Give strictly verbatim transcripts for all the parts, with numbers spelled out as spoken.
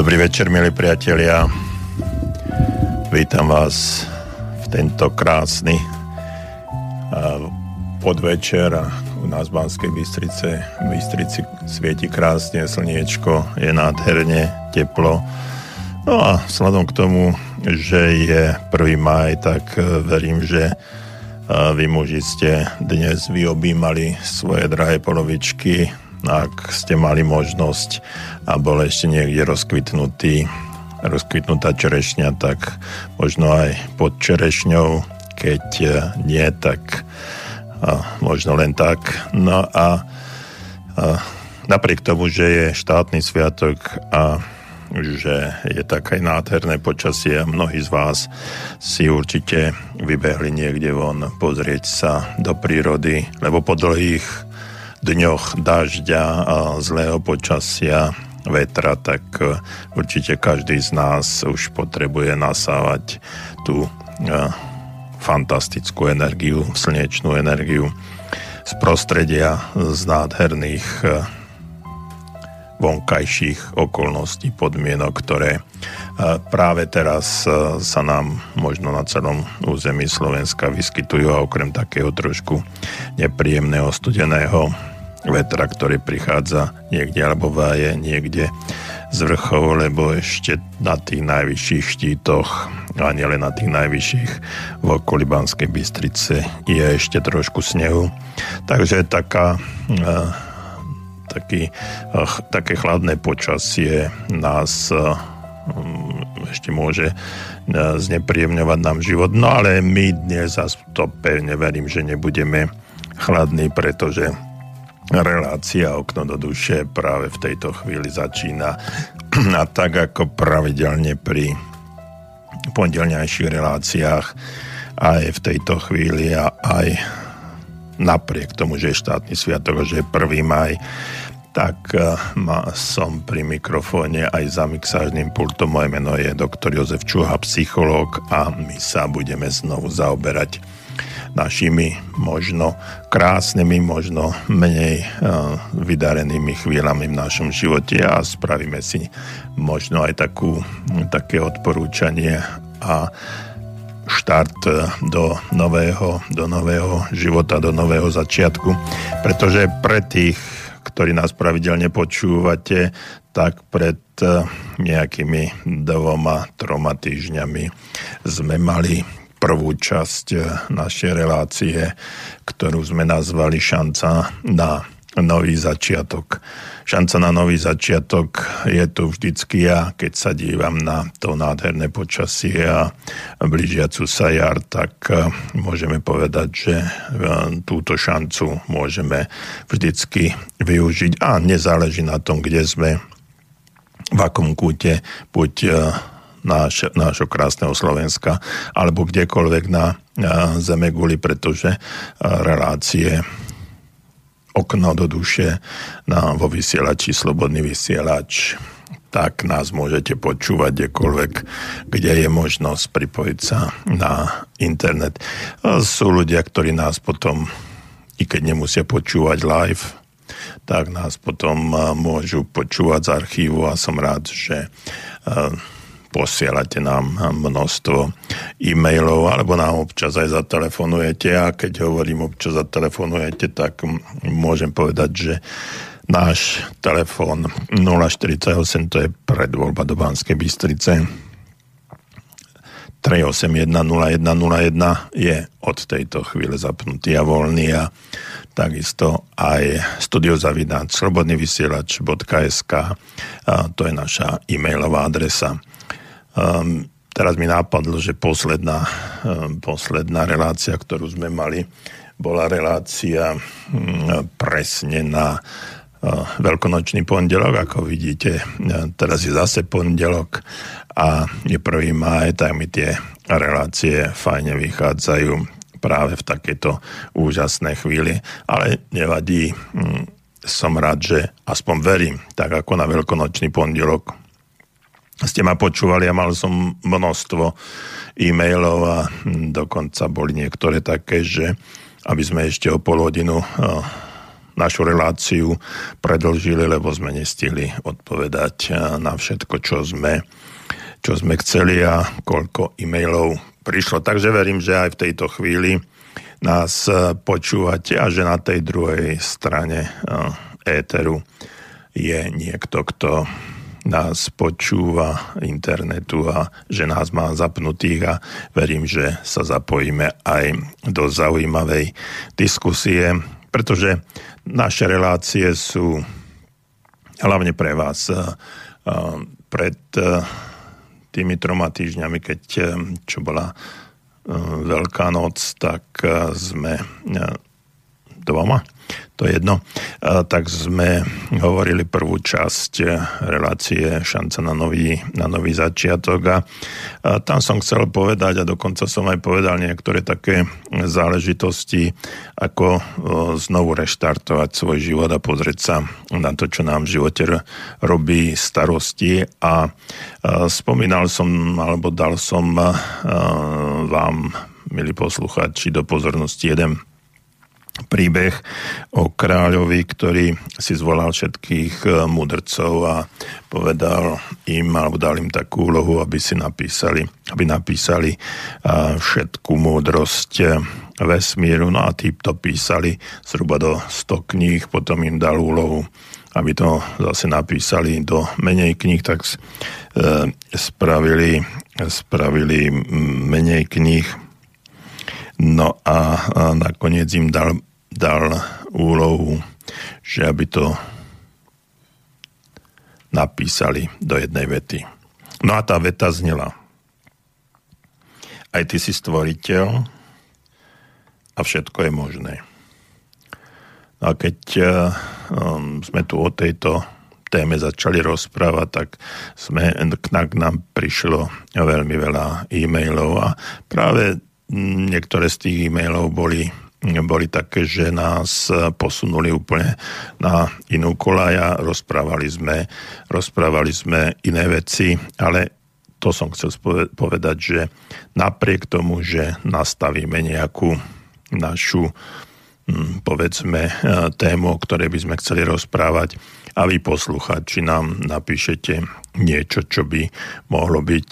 Dobrý večer, milí priatelia. Vítam vás v tento krásny podvečer a u nás v Banskej Bystrice. V Bystrici svieti krásne, slniečko, je nádherne teplo. No a vzhľadom k tomu, že je prvý máj, tak verím, že vy muži ste dnes vyobímali svoje drahé polovičky, ak ste mali možnosť a bol ešte niekde rozkvitnutý, rozkvitnutá čerešňa, tak možno aj pod čerešňou, keď nie, tak a možno len tak. No a, a napriek tomu, že je štátny sviatok a že je také nádherné počasie, mnohí z vás si určite vybehli niekde von pozrieť sa do prírody, lebo po dlhých dňoch dažďa a zlého počasia, vetra, tak určite každý z nás už potrebuje nasávať tú fantastickú energiu, slnečnú energiu z prostredia, z nádherných vonkajších okolností, podmienok, ktoré práve teraz sa nám možno na celom území Slovenska vyskytujú a okrem takého trošku nepríjemného studeného vetra, ktorý prichádza niekde alebo váje niekde z vrchov, lebo ešte na tých najvyšších štítoch a nielen na tých najvyšších v okolí Banskej Bystrice je ešte trošku snehu. Takže taká Taký, také chladné počasie nás ešte môže znepríjemňovať nám život. No ale my dnes zase to pevne verím, že nebudeme chladní, pretože relácia Okno do duše práve v tejto chvíli začína. A tak ako pravidelne pri pondelňajších reláciách aj v tejto chvíli a aj napriek tomu, že je štátny sviatok, že je prvý máj, tak ma, som pri mikrofóne aj za mixážnym pultom. Moje meno je doktor Jozef Čuha, psychológ, a my sa budeme znovu zaoberať našimi možno krásnymi, možno menej uh, vydarenými chvíľami v našom živote a spravíme si možno aj takú, také odporúčanie a štart do nového, do nového života, do nového začiatku. Pretože pre tých, ktorí nás pravidelne počúvate, tak pred nejakými dvoma, troma týždňami sme mali prvú časť našej relácie, ktorú sme nazvali Šanca na nový začiatok. Šanca na nový začiatok je tu vždycky, a keď sa dívam na to nádherné počasie a blížiacu sa jar, tak môžeme povedať, že túto šancu môžeme vždycky využiť a nezáleží na tom, kde sme, v akom kúte, buď náš, nášho krásneho Slovenska, alebo kdekoľvek na zemeguli, pretože relácie Okno do duše na, vo vysielači Slobodný vysielač, tak nás môžete počúvať kdekoľvek, kde je možnosť pripojiť sa na internet. Sú ľudia, ktorí nás potom, i keď nemusia počúvať live, tak nás potom môžu počúvať z archívu a som rád, že posielate nám množstvo e-mailov, alebo nám občas aj zatelefonujete, a keď hovorím občas zatelefonujete, tak môžem povedať, že náš telefón nula štyridsaťosem, to je predvoľba do Banskej Bystrice, tri osem jeden nula jeden nula jeden je od tejto chvíle zapnutý a voľný, a takisto aj studiozavináč slobodnyvysielač bodka es ká, to je naša e-mailová adresa. Um, teraz mi napadlo, že posledná, um, posledná relácia, ktorú sme mali, bola relácia um, presne na uh, veľkonočný pondelok. Ako vidíte, uh, teraz je zase pondelok a je prvý máj, tak mi tie relácie fajne vychádzajú práve v takéto úžasnej chvíli. Ale nevadí, um, som rád, že aspoň verím, tak ako na veľkonočný pondelok ste ma počúvali, a mal som množstvo e-mailov a dokonca boli niektoré také, že aby sme ešte o pol hodinu našu reláciu predĺžili, lebo sme nestihli odpovedať na všetko, čo sme, čo sme chceli a koľko e-mailov prišlo. Takže verím, že aj v tejto chvíli nás počúvate a že na tej druhej strane éteru je niekto, kto nás počúva internetu a že nás má zapnutých a verím, že sa zapojíme aj do zaujímavej diskusie, pretože naše relácie sú hlavne pre vás. Pred tými troma týždňami, keď čo bola Veľká noc, tak sme dvoma, to je jedno, tak sme hovorili prvú časť relácie Šanca na nový, na nový začiatok a tam som chcel povedať a dokonca som aj povedal niektoré také záležitosti, ako znovu reštartovať svoj život a pozrieť sa na to, čo nám v živote robí starosti a spomínal som, alebo dal som vám, milí poslucháči, do pozornosti jeden príbeh o kráľovi, ktorý si zvolal všetkých mudrcov a povedal im, alebo dal im takú úlohu, aby si napísali, aby napísali všetku múdrosť vesmíru. No a tí to písali zhruba do sto kníh, potom im dal úlohu, aby to zase napísali do menej kníh, tak spravili, spravili menej kníh. No a, a nakoniec im dal, dal úlohu, že aby to napísali do jednej vety. No a tá veta znela: aj ty si stvoriteľ a všetko je možné. No a keď um, sme tu o tejto téme začali rozprávať, tak sme, k nám prišlo veľmi veľa e-mailov a práve niektoré z tých e-mailov boli, boli také, že nás posunuli úplne na inú koľaj a rozprávali sme, rozprávali sme iné veci, ale to som chcel povedať, že napriek tomu, že nastavíme nejakú našu, povedzme, tému, o ktorej by sme chceli rozprávať a vy poslucháči nám napíšete niečo, čo by mohlo byť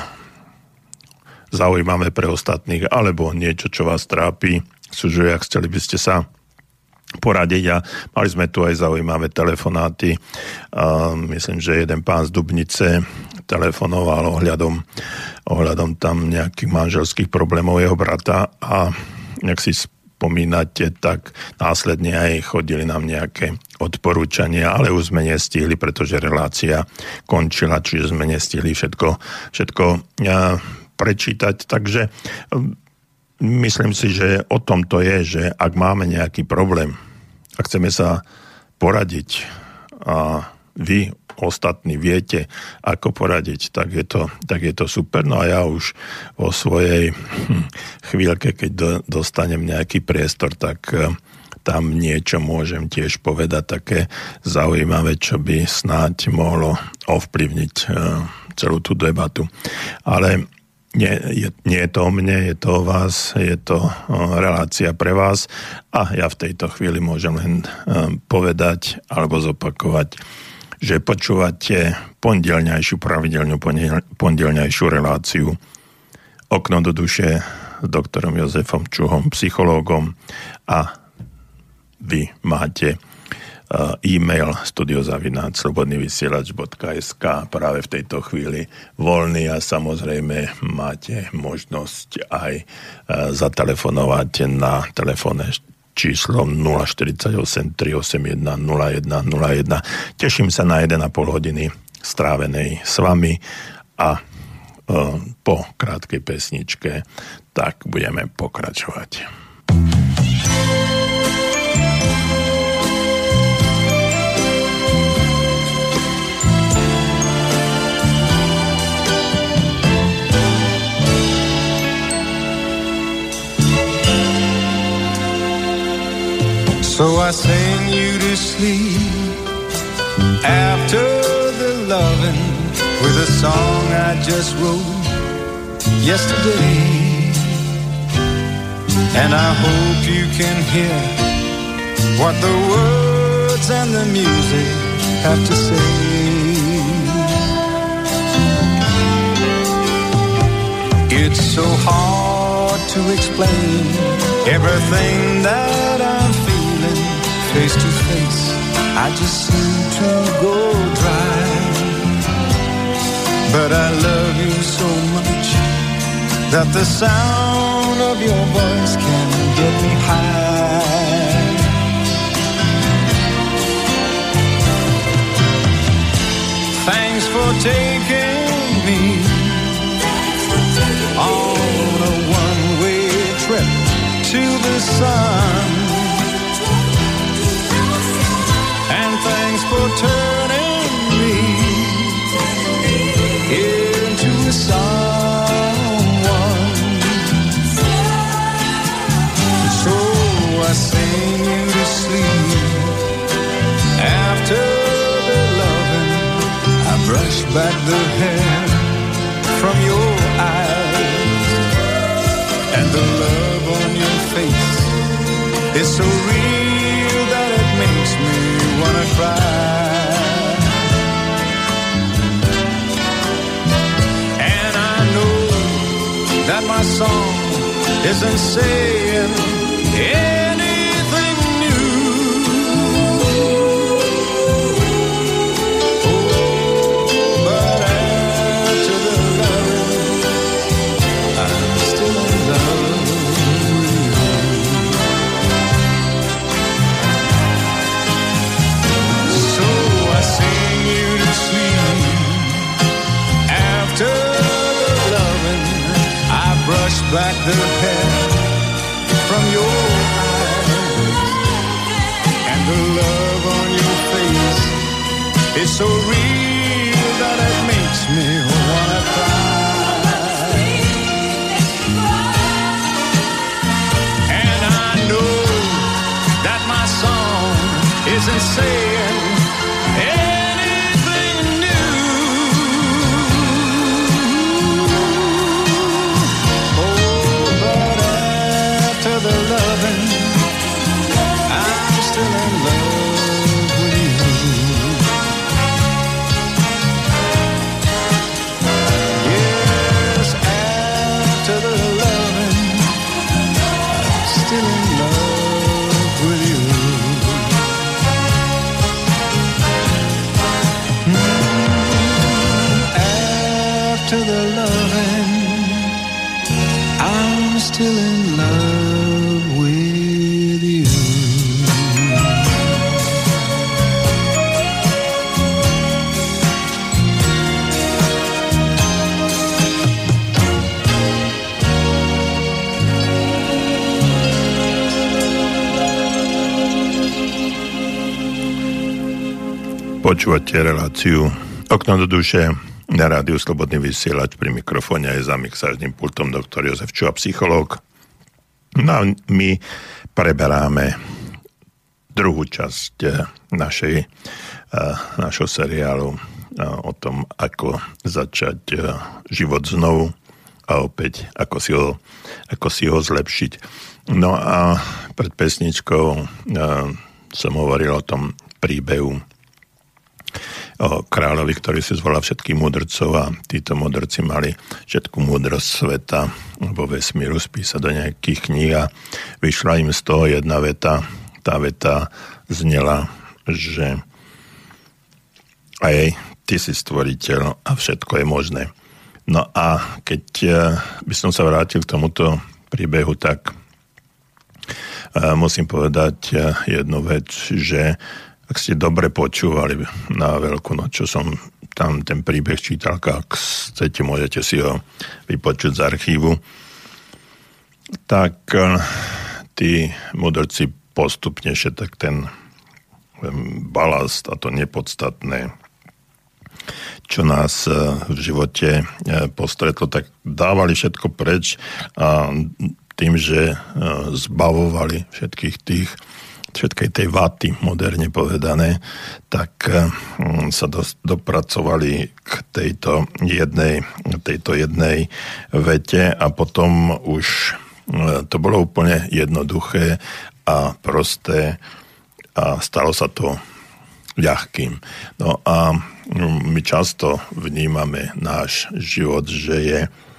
zaujímavé pre ostatných, alebo niečo, čo vás trápi, súžuje, ak chceli by ste sa poradiť a mali sme tu aj zaujímavé telefonáty. A myslím, že jeden pán z Dubnice telefonoval ohľadom, ohľadom tam nejakých manželských problémov jeho brata a ak si spomínate, tak následne aj chodili nám nejaké odporúčania, ale už sme nestihli, pretože relácia končila, čiže sme nestihli všetko, všetko prečítať, takže myslím si, že o tom to je, že ak máme nejaký problém a chceme sa poradiť a vy ostatní viete, ako poradiť, tak je to, tak je to super. No a ja už vo svojej chvíľke, keď do, dostanem nejaký priestor, tak tam niečo môžem tiež povedať také zaujímavé, čo by snáď mohlo ovplyvniť celú tú debatu. Ale Nie, je, nie je to o mne, je to o vás, je to relácia pre vás a ja v tejto chvíli môžem len povedať alebo zopakovať, že počúvate pondelňajšiu, pravidelnú pondelňajšiu reláciu Okno do duše s doktorom Jozefom Čuhom, psychológom a vy máte e-mail studiozavináč slobodnyvysielac bodka es ká práve v tejto chvíli voľný a samozrejme máte možnosť aj zatelefonovať na telefónne číslo nula štyridsaťosem tri osemdesiatjeden nula jeden nula jeden. Teším sa na jeden a pol hodiny strávenej s vami a po krátkej pesničke tak budeme pokračovať. So I sing you to sleep after the loving with a song I just wrote yesterday. And I hope you can hear what the words and the music have to say. It's so hard to explain everything that I'm feeling face to face. I just seem to go dry, but I love you so much that the sound of your voice can get me high. Thanks for taking me on a one-way trip to the sun, and thanks for turning me into a someone. So I sing you to sleep after the loving. I brush back the hair from your eyes, and the love on your face is so real that it makes me wanna cry. And I know that my song isn't saying anything new. Oh, but after the love, I'm still in love with you. So I sing you to sleep after the loving. I brush back the hair from your eyes, and the love on your face is so real that it makes me wanna cry. And I know that my song isn't saying anything new. Oh, but after the loving, I'm still in love with you. Yes, after the loving, I'm still in love with you. Mm, after the loving, I'm still in love with you. Počúvate reláciu Okno do duše na rádiu Slobodný vysielač, pri mikrofóne aj za mixážnym pultom doktor Jozef Čuha, psychológ. No a my preberáme druhú časť našej, našho seriálu o tom, ako začať život znovu a opäť ako si ho, ako si ho zlepšiť. No a pred pesničkou som hovoril o tom príbehu o kráľovi, ktorý si zvolal všetkých mudrcov, a títo mudrci mali všetku múdrosť sveta vo vesmíru spísať do nejakých kníh a vyšla im z toho jedna veta. Tá veta znela, že aj ty si stvoriteľ a všetko je možné. No a keď by som sa vrátil k tomuto príbehu, tak musím povedať jednu vec, že ak ste dobre počúvali na Veľkú noc, čo som tam ten príbeh čítal, ak chcete, môžete si ho vypočuť z archívu, tak tí mudrci postupne všetok ten balast a to nepodstatné, čo nás v živote postretlo, tak dávali všetko preč a tým, že zbavovali všetkých tých všetkej tej vaty, moderne povedané, tak sa do, dopracovali k tejto jednej, tejto jednej vete a potom už to bolo úplne jednoduché a prosté a stalo sa to ľahkým. No a my často vnímame náš život, že je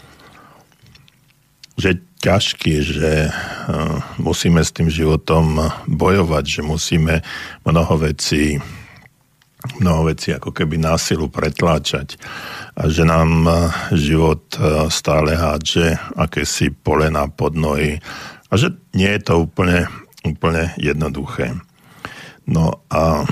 že ťažký, že musíme s tým životom bojovať, že musíme mnoho vecí mnoho vecí ako keby násilu pretláčať a že nám život stále hádže akési polená pod nohy a že nie je to úplne, úplne jednoduché. No a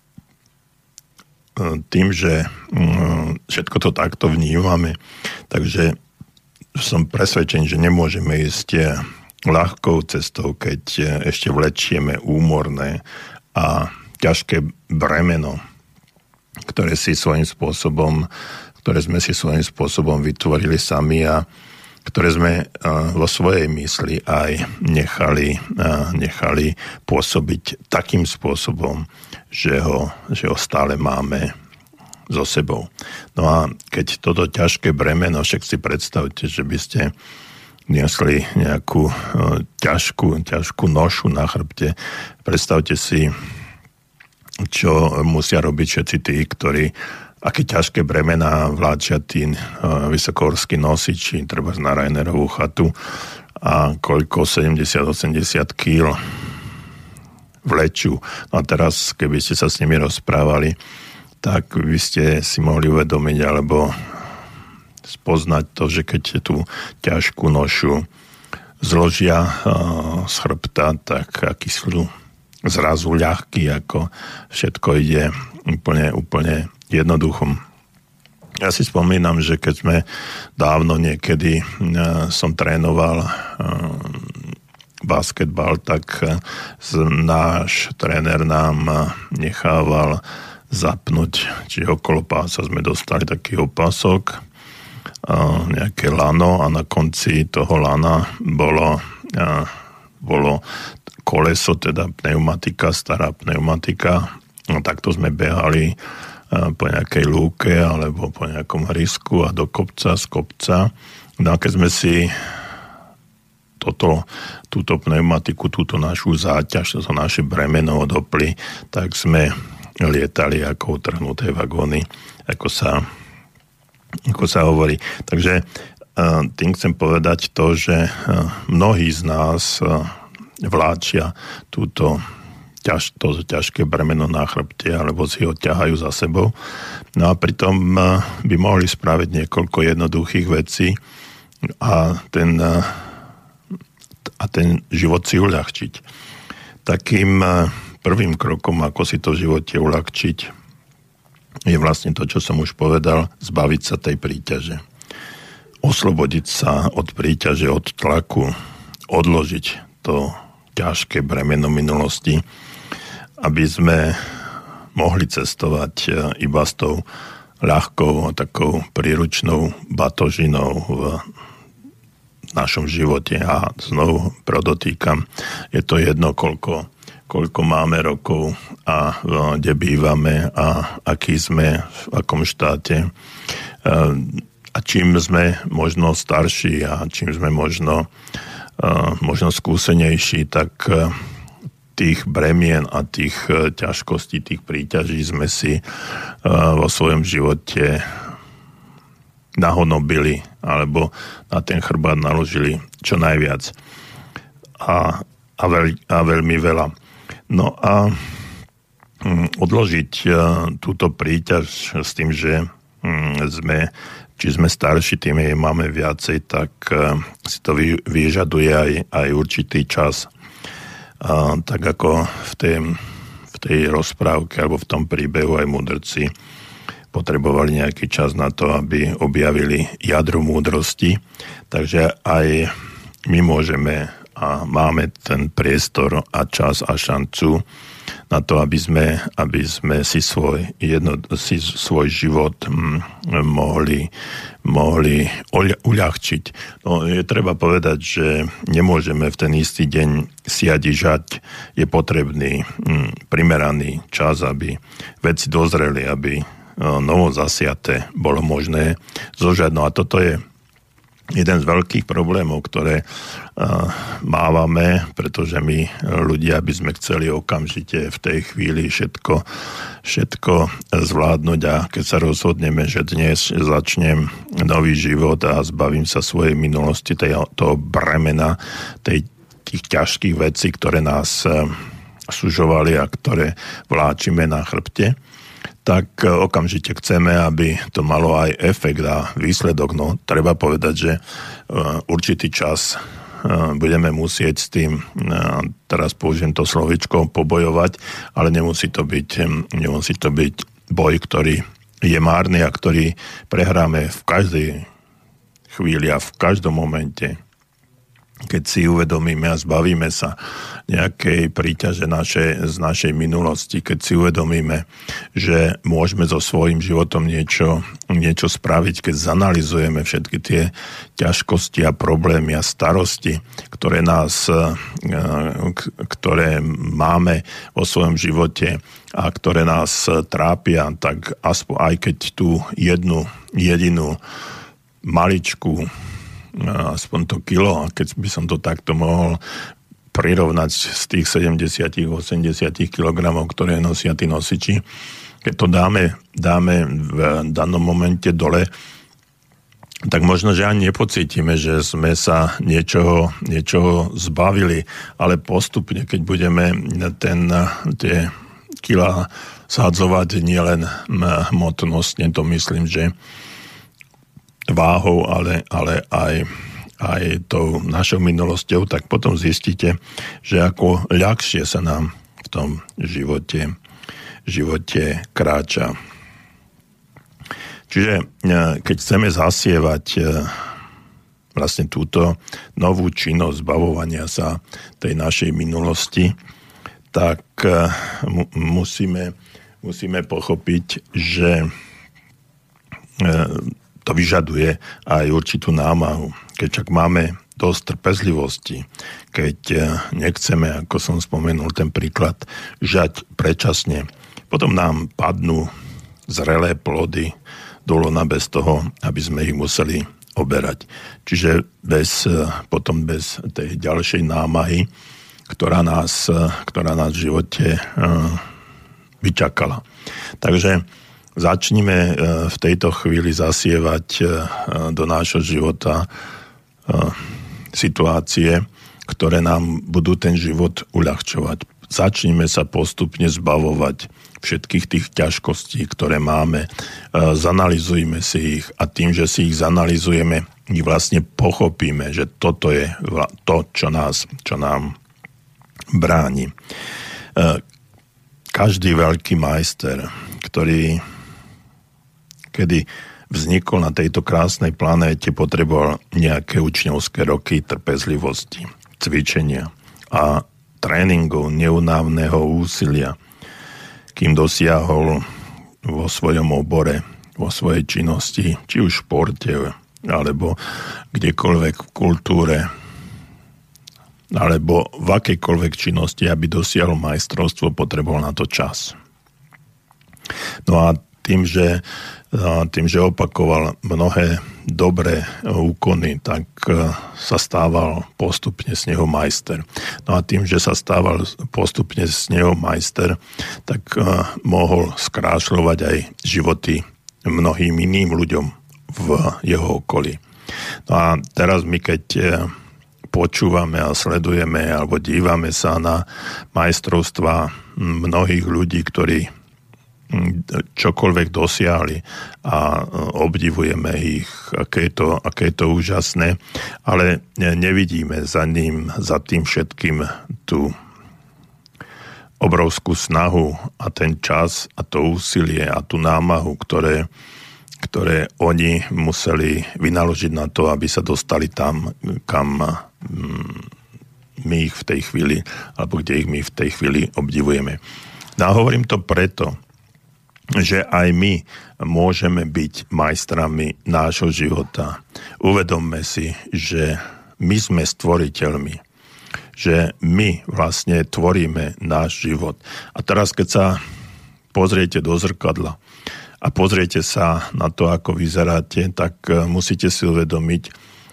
tým, že všetko to takto vnímame, takže som presvedčený, že nemôžeme ísť ľahkou cestou, keď ešte vlečieme úmorné a ťažké bremeno, ktoré si svojím spôsobom, ktoré sme si svojím spôsobom vytvorili sami a ktoré sme vo svojej mysli aj nechali, nechali pôsobiť takým spôsobom, že ho, že ho stále máme so sebou. No a keď toto ťažké bremeno, však si predstavte, že by ste niesli nejakú ťažkú, ťažkú nošu na chrbte. Predstavte si, čo musia robiť všetci tí, ktorí aké ťažké bremená vláčia tí vysokohorskí nosiči, treba na Rainerovú chatu a koľko sedemdesiat osemdesiat kíl vlečú. No a teraz, keby ste sa s nimi rozprávali, tak by ste si mohli uvedomiť alebo spoznať to, že keď tú ťažkú nošu zložia z chrbta, tak aký sú zrazu ľahký, ako všetko ide úplne, úplne jednoduchom. Ja si spomínam, že keď sme dávno niekedy som trénoval basketbal, tak náš tréner nám nechával zapnúť, či okolo pása sme dostali taký opasok, nejaké lano a na konci toho lana bolo, bolo koleso, teda pneumatika, stará pneumatika. No, takto sme behali po nejakej lúke alebo po nejakom hrisku a do kopca, z kopca. No a keď sme si toto, túto pneumatiku, túto našu záťaž, to naše bremeno odopli, tak sme lietali ako utrhnuté vagóny, ako sa, ako sa hovorí. Takže tým chcem povedať to, že mnohí z nás vláčia túto ťaž, to ťažké bremeno na chrbte alebo si ho ťahajú za sebou. No a pritom by mohli spraviť niekoľko jednoduchých vecí a ten, a ten život si uľahčiť. Takým prvým krokom, ako si to v živote uľahčiť, je vlastne to, čo som už povedal, zbaviť sa tej príťaže. Oslobodiť sa od príťaže, od tlaku, odložiť to ťažké bremeno minulosti, aby sme mohli cestovať iba s tou ľahkou, takou príručnou batožinou v našom živote. A znovu prodotýkam, je to jedno, koľko koľko máme rokov a kde bývame a aký sme, v akom štáte. A čím sme možno starší a čím sme možno, možno skúsenejší, tak tých bremien a tých ťažkostí, tých príťaží sme si vo svojom živote nahonobili alebo na ten chrbát naložili čo najviac. A, a, veľ, a veľmi veľa. No a odložiť túto príťaž s tým, že sme, či sme starší, tým jej máme viacej, tak si to vyžaduje aj, aj určitý čas. A tak ako v tej, v tej rozprávke alebo v tom príbehu aj mudrci potrebovali nejaký čas na to, aby objavili jadro múdrosti. Takže aj my môžeme a máme ten priestor a čas a šancu na to, aby sme, aby sme si, svoj, jedno, si svoj život hm, mohli, mohli uľahčiť. No, je treba povedať, že nemôžeme v ten istý deň siať žať. Je potrebný hm, primeraný čas, aby veci dozreli, aby no, novo zasiaté bolo možné zožať. No a toto je jeden z veľkých problémov, ktoré uh, mávame, pretože my ľudia by sme chceli okamžite v tej chvíli všetko, všetko zvládnuť a keď sa rozhodneme, že dnes začnem nový život a zbavím sa svojej minulosti, tej, toho bremena, tej, tých ťažkých vecí, ktoré nás uh, sužovali a ktoré vláčime na chrbte, tak okamžite chceme, aby to malo aj efekt a výsledok. No, treba povedať, že určitý čas budeme musieť s tým, teraz použijem to slovičko, pobojovať, ale nemusí to byť, nemusí to byť boj, ktorý je márny a ktorý prehráme v každej chvíli a v každom momente. Keď si uvedomíme a zbavíme sa nejakej príťaže naše, z našej minulosti, keď si uvedomíme, že môžeme so svojím životom niečo, niečo spraviť, keď zanalizujeme všetky tie ťažkosti a problémy a starosti, ktoré nás, ktoré máme vo svojom živote a ktoré nás trápia, tak aspoň aj keď tú jednu jedinú maličku aspoň to kilo, a keď by som to takto mohol prirovnať z tých sedemdesiat až osemdesiat kilogramov, ktoré nosia tí nosiči, keď to dáme, dáme v danom momente dole, tak možno, že ani nepocítime, že sme sa niečoho, niečoho zbavili, ale postupne, keď budeme ten, tie kilá sádzovať nielen hmotnostne, to myslím, že váhou, ale, ale aj, aj tou našou minulosťou, tak potom zistíte, že ako ľahšie sa nám v tom živote, živote kráča. Čiže keď chceme zasievať vlastne túto novú činnosť zbavovania sa tej našej minulosti, tak musíme, musíme pochopiť, že to vyžaduje aj určitú námahu. Keď však máme dosť trpezlivosti, keď nechceme, ako som spomenul ten príklad, žať predčasne, potom nám padnú zrelé plody do lona bez toho, aby sme ich museli oberať. Čiže bez, potom bez tej ďalšej námahy, ktorá nás, ktorá nás v živote vyčakala. Takže začnime v tejto chvíli zasievať do nášho života situácie, ktoré nám budú ten život uľahčovať. Začnime sa postupne zbavovať všetkých tých ťažkostí, ktoré máme. Zanalizujme si ich a tým, že si ich zanalizujeme, my vlastne pochopíme, že toto je to, čo nás, čo nám bráni. Každý veľký majster, ktorý kedy vznikol na tejto krásnej planéte, potreboval nejaké učňovské roky trpezlivosti, cvičenia a tréningov, neunávneho úsilia, kým dosiahol vo svojom obore, vo svojej činnosti, či už v športe, alebo kdekoľvek v kultúre, alebo v akejkoľvek činnosti, aby dosiahol majstrovstvo, potreboval na to čas. No a tým, že tým, že opakoval mnohé dobré úkony, tak sa stával postupne z neho majster. No a tým, že sa stával postupne z neho majster, tak mohol skrášľovať aj životy mnohým iným ľuďom v jeho okolí. No a teraz my, keď počúvame a sledujeme alebo dívame sa na majstrovstvá mnohých ľudí, ktorí čokoľvek dosiahli a obdivujeme ich, aké je to, aké je to úžasné, ale nevidíme za ním, za tým všetkým tú obrovskú snahu a ten čas a to úsilie a tú námahu, ktoré, ktoré oni museli vynaložiť na to, aby sa dostali tam, kam my ich v tej chvíli, alebo kde ich my v tej chvíli obdivujeme. No a hovorím to preto, že aj my môžeme byť majstrami nášho života. Uvedomme si, že my sme stvoriteľmi, že my vlastne tvoríme náš život. A teraz, keď sa pozriete do zrkadla a pozriete sa na to, ako vyzeráte, tak musíte si uvedomiť,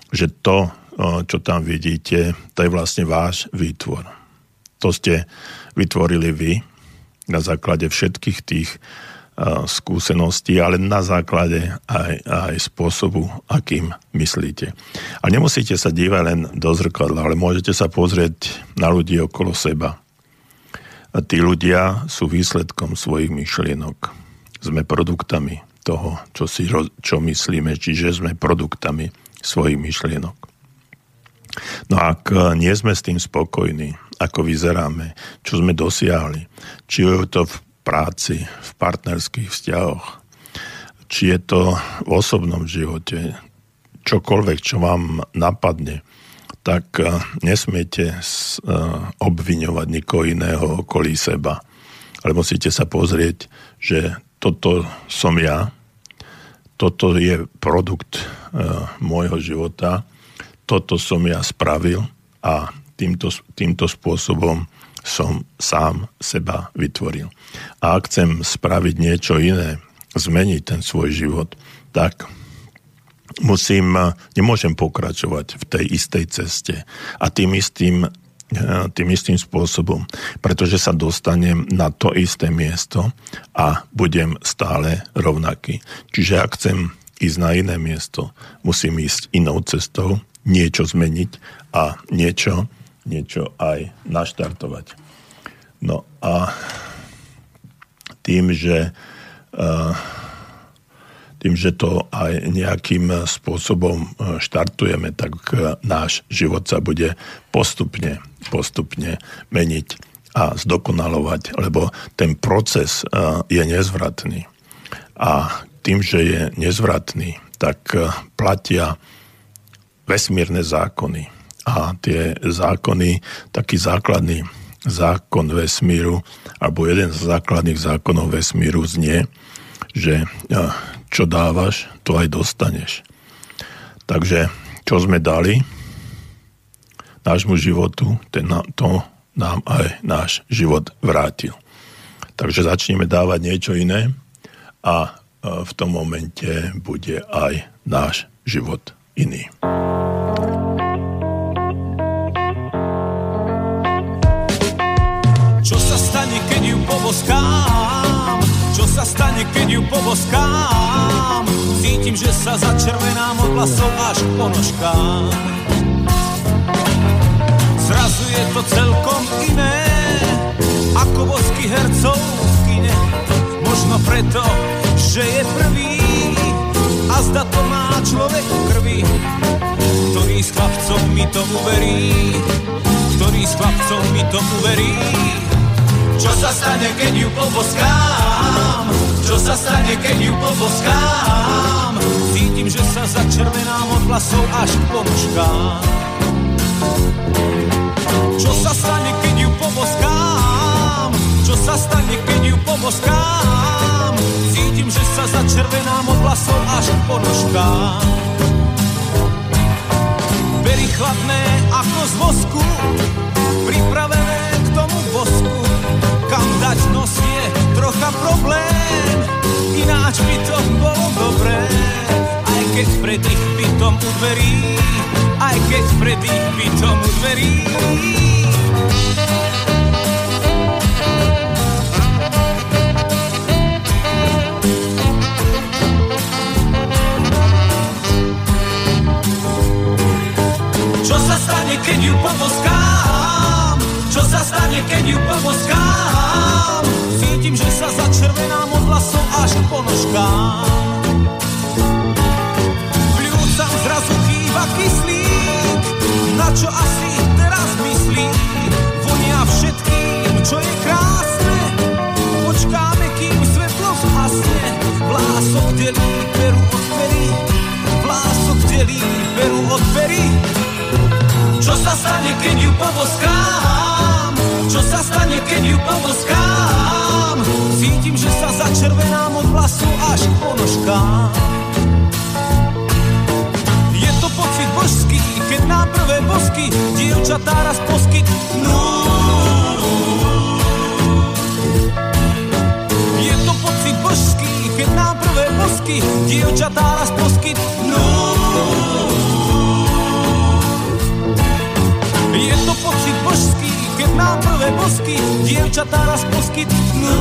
že to, čo tam vidíte, to je vlastne váš výtvor. To ste vytvorili vy na základe všetkých tých skúseností, ale na základe aj, aj spôsobu, akým myslíte. A nemusíte sa dívať len do zrkadla, ale môžete sa pozrieť na ľudí okolo seba. A tí ľudia sú výsledkom svojich myšlienok. Sme produktami toho, čo si čo myslíme, čiže sme produktami svojich myšlienok. No a ak nie sme s tým spokojní, ako vyzeráme, čo sme dosiahli, či je to v práci, v partnerských vzťahoch, či je to v osobnom živote, čokoľvek, čo vám napadne, tak nesmiete obviňovať nikoho iného okolí seba. Ale musíte sa pozrieť, že toto som ja, toto je produkt môjho života, toto som ja spravil a týmto, týmto spôsobom som sám seba vytvoril. A ak chcem spraviť niečo iné, zmeniť ten svoj život, tak musím, nemôžem pokračovať v tej istej ceste a tým istým, tým istým spôsobom, pretože sa dostanem na to isté miesto a budem stále rovnaký. Čiže ak chcem ísť na iné miesto, musím ísť inou cestou, niečo zmeniť a niečo niečo aj naštartovať. No a tým, že tým, že to aj nejakým spôsobom štartujeme, tak náš život sa bude postupne, postupne meniť a zdokonalovať, lebo ten proces je nezvratný. A tým, že je nezvratný, tak platia vesmírne zákony. A tie zákony, taký základný zákon vesmíru, alebo jeden z základných zákonov vesmíru znie, že čo dávaš, to aj dostaneš. Takže čo sme dali nášmu životu, ten, to nám aj náš život vrátil. Takže začneme dávať niečo iné a v tom momente bude aj náš život iný. Čo sa stane, keď ju poboskám? Čo sa stane, keď ju poboskám? Cítim, že sa začervenám od vlasov až k ponožkám. Zrazu je to celkom iné, ako bosky hercov v kine. Možno preto, že je prvý a zda to má človek v krvi. Ktorý z chlapcov mi to uverí? Ktorý z chlapcov mi to uverí? Čo sa stane, keď ju poboskám? Čo sa stane, keď ju poboskám? Cítim, že sa začervenám od vlasov až k ponožkám. Čo sa stane, keď ju poboskám? Čo sa stane, keď ju poboskám? Cítim, že sa začervenám od vlasov až k ponožkám. Bery chladné ako z vosku, pripravené k tomu bosku. Kam dať nos je trocha problém, ináč by to bolo dobré. Aj keď pred ich bytom u dverí, aj keď pred ich bytom u dverí. Čo sa stane, keď ju poboskám? Čo sa stane, keď ju poboskám? Cítim, že sa začervenám od vlasov až k ponožkám. Pľúcam zrazu chýba kyslík, na čo asi teraz myslí? Vonia všetkým, čo je krásne, počkáme, kým svetlo zhasne. Vlások delí peru od pery, vlások delí peru od pery. Čo sa stane, keď ju poboskám? Čo sa stane, keď ju poboskám? Cítim, že sa začervenám od vlasu až k ponožkám. Je to pocit božský, keď nám prvé bosky dievčatá raz poskytnú. Je to pocit božský, keď nám prvé bosky dievčatá raz poskytnú. dievčatá raz poskytnú.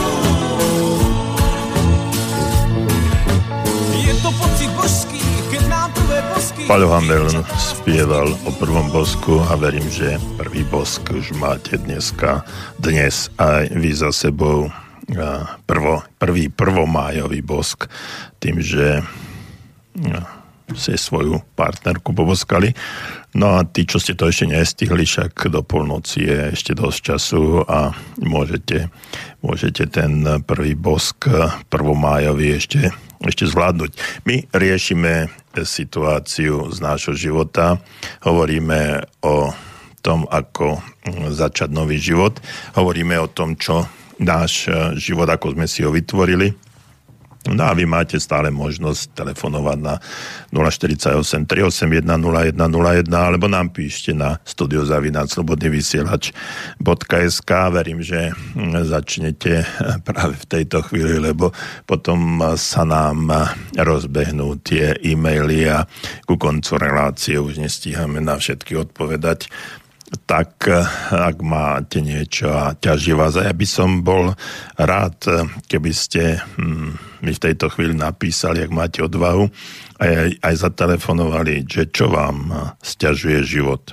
Je to pocit božský, keď nám prvé bosky... Paľo Hamel spieval o prvom bosku a verím, že prvý bosk už máte dneska, dnes aj vy za sebou. Prvo, prvý prvomájový bosk tým, že si svoju partnerku poboskali. No a tí, čo ste to ešte nestihli, však do polnoci je ešte dosť času a môžete, môžete ten prvý bosk prvomájový ešte, ešte zvládnuť. My riešime situáciu z nášho života, hovoríme o tom, ako začať nový život, hovoríme o tom, čo náš život, ako sme si ho vytvorili. No a vy máte stále možnosť telefonovať na nula štyridsaťosem, tristoosemdesiatjeden, nula jeden nula jeden alebo nám píšte na studio zavináč slobodný vysielač bodka es ká. Verím, že začnete práve v tejto chvíli, lebo potom sa nám rozbehnú tie e-maily a ku koncu relácie už nestíhame na všetky odpovedať. Tak ak máte niečo a ťaží vás, a ja by som bol rád, keby ste mi v tejto chvíli napísali, ak máte odvahu, a aj, aj zatelefonovali, že čo vám sťažuje život.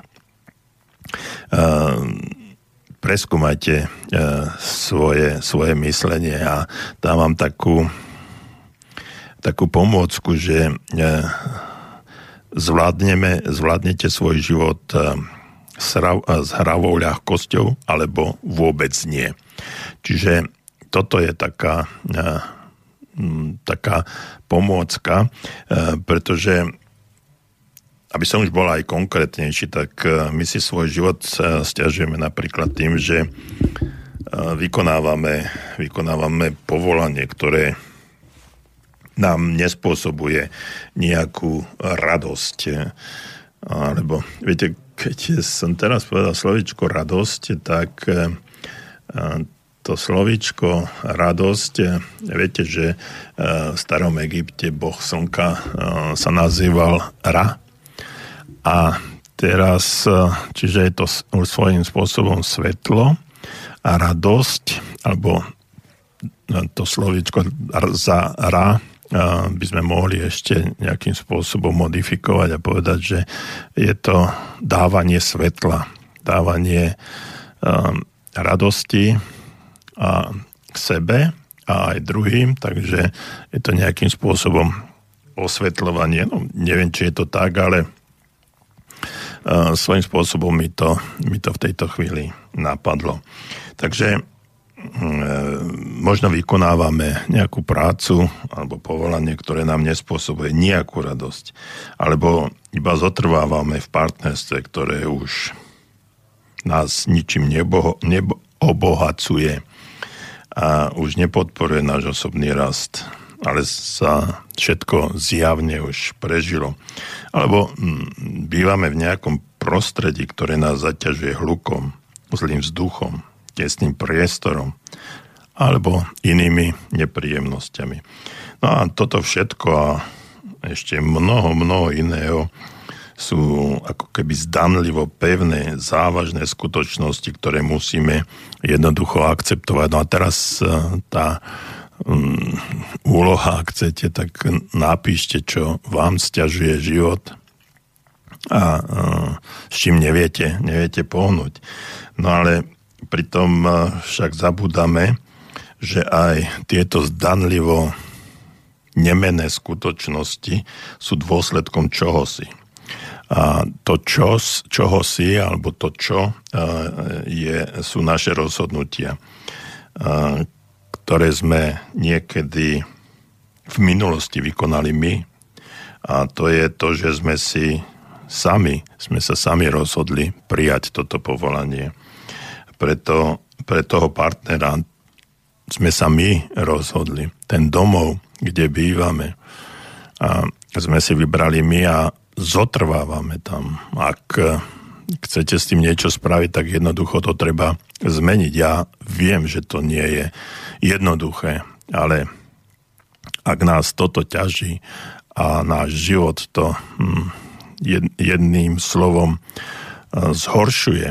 Preskúmajte svoje, svoje myslenie a dám vám takú, takú pomôcku, že zvládneme, zvládnete svoj život s hravou ľahkosťou, alebo vôbec nie. Čiže toto je taká, taká pomôcka, pretože, aby som už bol aj konkrétnejší, tak my si svoj život sťažujeme napríklad tým, že vykonávame, vykonávame povolanie, ktoré nám nespôsobuje nejakú radosť. Alebo, viete, keď som teraz povedal slovíčko radosť, tak to slovíčko radosť, viete, že v starom Egypte boh slnka sa nazýval Ra. A teraz, čiže je to svojím spôsobom svetlo a radosť, alebo to slovíčko za Ra by sme mohli ešte nejakým spôsobom modifikovať a povedať, že je to dávanie svetla, dávanie um, radosti a k sebe a aj druhým, takže je to nejakým spôsobom osvetľovanie. No, neviem, či je to tak, ale uh, svojím spôsobom mi to, mi to v tejto chvíli napadlo. Takže možno vykonávame nejakú prácu alebo povolanie, ktoré nám nespôsobuje nejakú radosť, alebo iba zotrvávame v partnerstve, ktoré už nás ničím neboho, neobohacuje a už nepodporuje náš osobný rast, ale sa všetko zjavne už prežilo. Alebo bývame v nejakom prostredí, ktoré nás zaťažuje hlukom, zlým vzduchom, tesným priestorom alebo inými nepríjemnosťami. No a toto všetko a ešte mnoho, mnoho iného sú ako keby zdanlivo pevné, závažné skutočnosti, ktoré musíme jednoducho akceptovať. No a teraz tá um, úloha, ak chcete, tak napíšte, čo vám sťažuje život a uh, s čím neviete, neviete pohnúť. No ale pritom však zabúdame, že aj tieto zdanlivo nemenné skutočnosti sú dôsledkom čohosi. A to čo, čohosi, alebo to čo, je, sú naše rozhodnutia, ktoré sme niekedy v minulosti vykonali my. A to je to, že sme si sami, sme sa sami rozhodli prijať toto povolanie. Preto pre toho partnera sme sa my rozhodli. Ten domov, kde bývame, a sme si vybrali my a zotrvávame tam. Ak chcete s tým niečo spraviť, tak jednoducho to treba zmeniť. Ja viem, že to nie je jednoduché, ale ak nás toto ťaží a náš život to jedným slovom zhoršuje,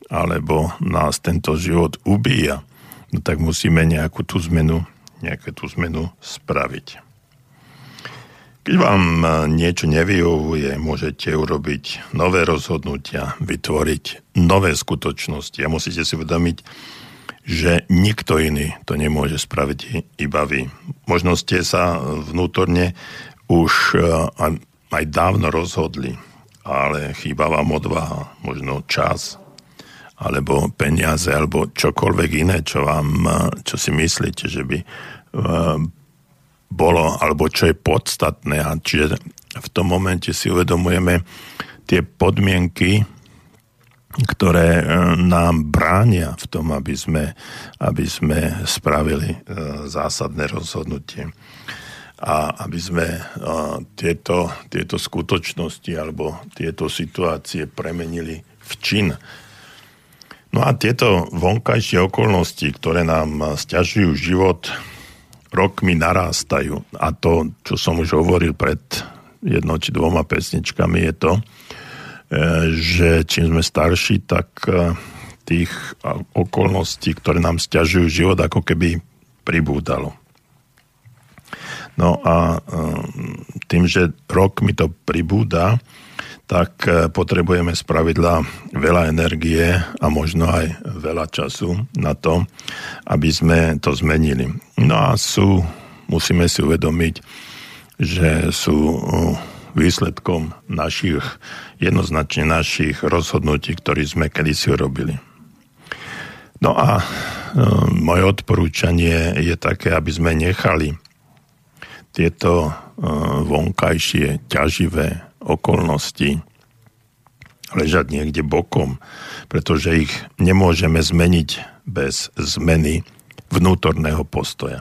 alebo nás tento život ubíja, no tak musíme nejakú tú zmenu, nejakú tú zmenu spraviť. Keď vám niečo nevyhovuje, môžete urobiť nové rozhodnutia, vytvoriť nové skutočnosti a musíte si uvedomiť, že nikto iný to nemôže spraviť, iba vy. Možno ste sa vnútorne už aj dávno rozhodli, ale chýba vám odvaha, možno čas, alebo peniaze, alebo čokoľvek iné, čo vám, čo si myslíte, že by bolo, alebo čo je podstatné. A čiže v tom momente si uvedomujeme tie podmienky, ktoré nám bránia v tom, aby sme, aby sme spravili zásadné rozhodnutie. A aby sme tieto, tieto skutočnosti alebo tieto situácie premenili v čin. No a tieto vonkajšie okolnosti, ktoré nám sťažujú život, rokmi narástajú. A to, čo som už hovoril pred jednou či dvoma pesničkami, je to, že čím sme starší, tak tých okolností, ktoré nám sťažujú život, ako keby pribúdalo. No a tým, že rok mi to pribúda, tak potrebujeme spravidla veľa energie a možno aj veľa času na to, aby sme to zmenili. No a sú, musíme si uvedomiť, že sú výsledkom našich, jednoznačne našich rozhodnutí, ktoré sme kedysi urobili. No a moje odporúčanie je také, aby sme nechali tieto vonkajšie, ťaživé okolnosti ležať niekde bokom, pretože ich nemôžeme zmeniť bez zmeny vnútorného postoja.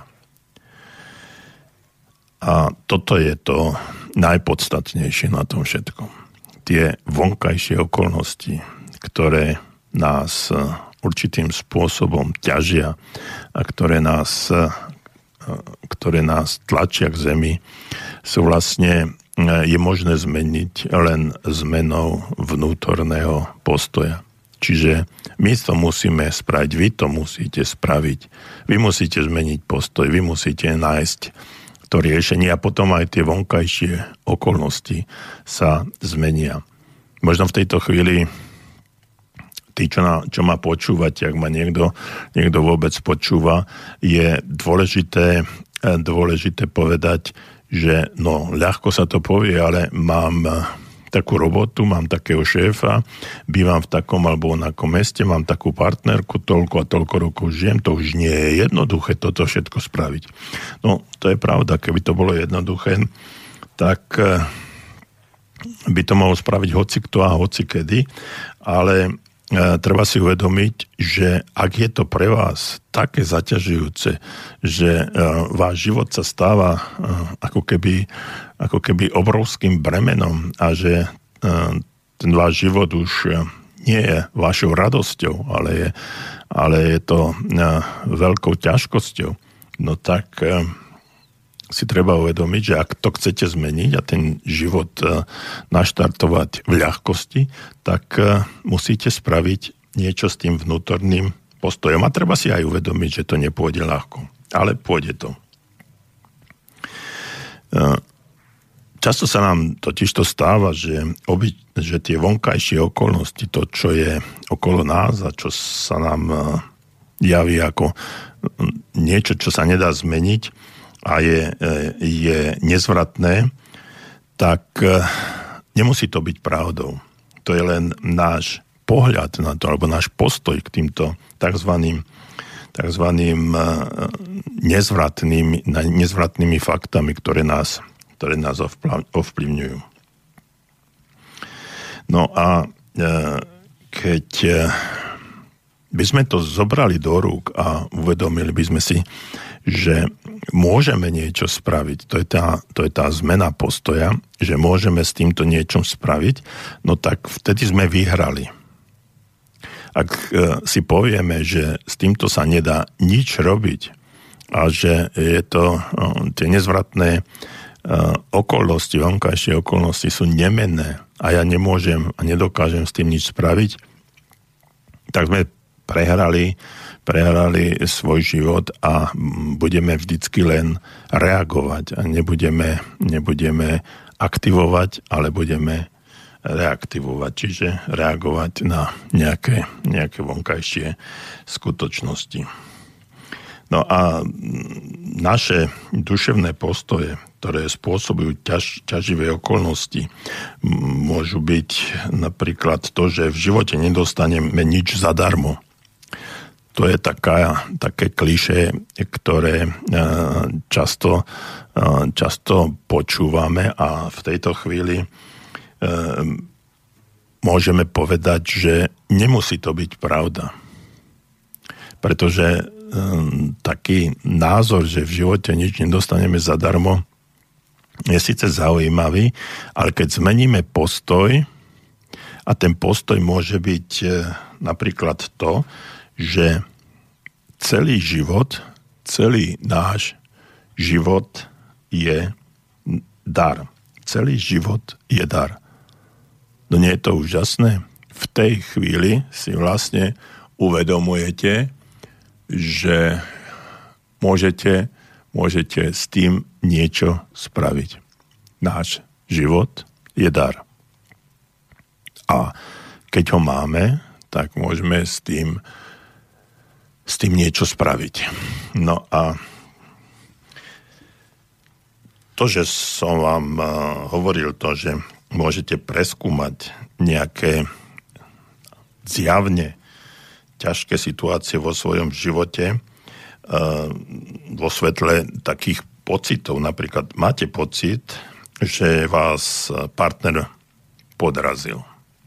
A toto je to najpodstatnejšie na tom všetkom. Tie vonkajšie okolnosti, ktoré nás určitým spôsobom ťažia a ktoré nás ktoré nás tlačia k zemi, sú vlastne, je možné zmeniť len zmenou vnútorného postoja. Čiže my to musíme spraviť, vy to musíte spraviť. Vy musíte zmeniť postoj, vy musíte nájsť to riešenie a potom aj tie vonkajšie okolnosti sa zmenia. Možno v tejto chvíli tí, čo, na, čo ma počúvate, ak ma niekto, niekto vôbec počúva, je dôležité, dôležité povedať, že no, ľahko sa to povie, ale mám takú robotu, mám takého šéfa, bývam v takom alebo onakom meste, mám takú partnerku, toľko a toľko rokov žijem, to už nie je jednoduché toto všetko spraviť. No, to je pravda, keby to bolo jednoduché, tak by to mohol spraviť hocikto a hocikedy, ale treba si uvedomiť, že ak je to pre vás také zaťažujúce, že váš život sa stáva ako keby, ako keby obrovským bremenom a že ten váš život už nie je vašou radosťou, ale je, ale je to veľkou ťažkosťou, no tak si treba uvedomiť, že ak to chcete zmeniť a ten život naštartovať v ľahkosti, tak musíte spraviť niečo s tým vnútorným postojom. A treba si aj uvedomiť, že to nepôjde ľahko. Ale pôjde to. Často sa nám totiž to stáva, že, oby, že tie vonkajšie okolnosti, to, čo je okolo nás a čo sa nám javí ako niečo, čo sa nedá zmeniť, a je, je nezvratné, tak nemusí to byť pravdou. To je len náš pohľad na to, alebo náš postoj k týmto takzvaným, takzvaným nezvratnými, nezvratnými faktami, ktoré nás, ktoré nás ovplyvňujú. No a keď by sme to zobrali do rúk a uvedomili by sme si, že môžeme niečo spraviť, to je tá, to je tá zmena postoja, že môžeme s týmto niečom spraviť, no tak vtedy sme vyhrali. Ak si povieme, že s týmto sa nedá nič robiť a že je to, tie nezvratné okolnosti, vonkajšie okolnosti sú nemenné a ja nemôžem a nedokážem s tým nič spraviť, tak sme prehrali, prehrali svoj život a budeme vždycky len reagovať a nebudeme, nebudeme aktivovať, ale budeme reaktivovať, čiže reagovať na nejaké, nejaké vonkajšie skutočnosti. No a naše duševné postoje, ktoré spôsobujú ťaž, ťaživé okolnosti, môžu byť napríklad to, že v živote nedostaneme nič zadarmo. To je taká, také klišé, ktoré často, často počúvame a v tejto chvíli môžeme povedať, že nemusí to byť pravda. Pretože taký názor, že v živote nič nedostaneme zadarmo, je síce zaujímavý, ale keď zmeníme postoj, a ten postoj môže byť napríklad to, že celý život, celý náš život je dar. Celý život je dar. No nie je to úžasné? V tej chvíli si vlastne uvedomujete, že môžete, môžete s tým niečo spraviť. Náš život je dar. A keď ho máme, tak môžeme s tým, s tým niečo spraviť. No a to, že som vám hovoril to, že môžete preskúmať nejaké zjavne ťažké situácie vo svojom živote vo svetle takých pocitov. Napríklad máte pocit, že vás partner podrazil.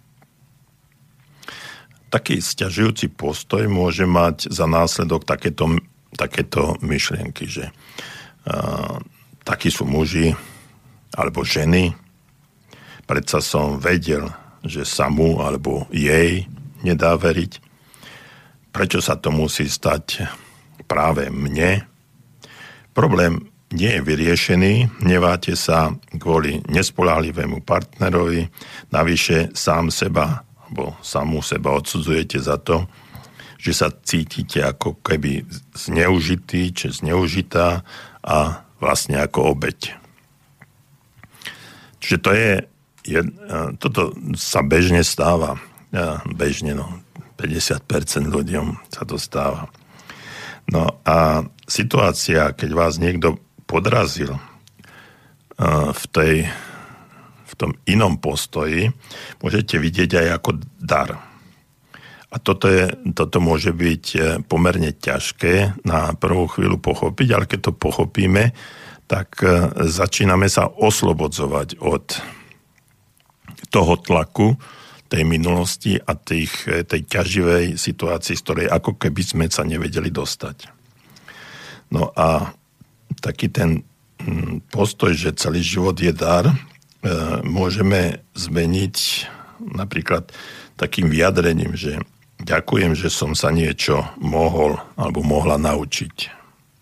Taký sťažujúci postoj môže mať za následok takéto, takéto myšlienky, že uh, takí sú muži alebo ženy. Predsa som vedel, že sa mu alebo jej nedá veriť. Prečo sa to musí stať práve mne? Problém nie je vyriešený, neváte sa kvôli nespoľahlivému partnerovi, navyše sám seba alebo samú seba odsudzujete za to, že sa cítite ako keby zneužitý či zneužitá a vlastne ako obeť. Čiže to je, je toto sa bežne stáva. Bežne, no, päťdesiat percent ľuďom sa to stáva. No a situácia, keď vás niekto podrazil v, tej, v tom inom postoji, môžete vidieť aj ako dar. A toto, je, toto môže byť pomerne ťažké na prvú chvíľu pochopiť, ale keď to pochopíme, tak začíname sa oslobodzovať od toho tlaku, tej minulosti a tých, tej ťaživej situácii, z ktorej ako keby sme sa nevedeli dostať. No a taký ten postoj, že celý život je dar, môžeme zmeniť napríklad takým vyjadrením, že ďakujem, že som sa niečo mohol alebo mohla naučiť.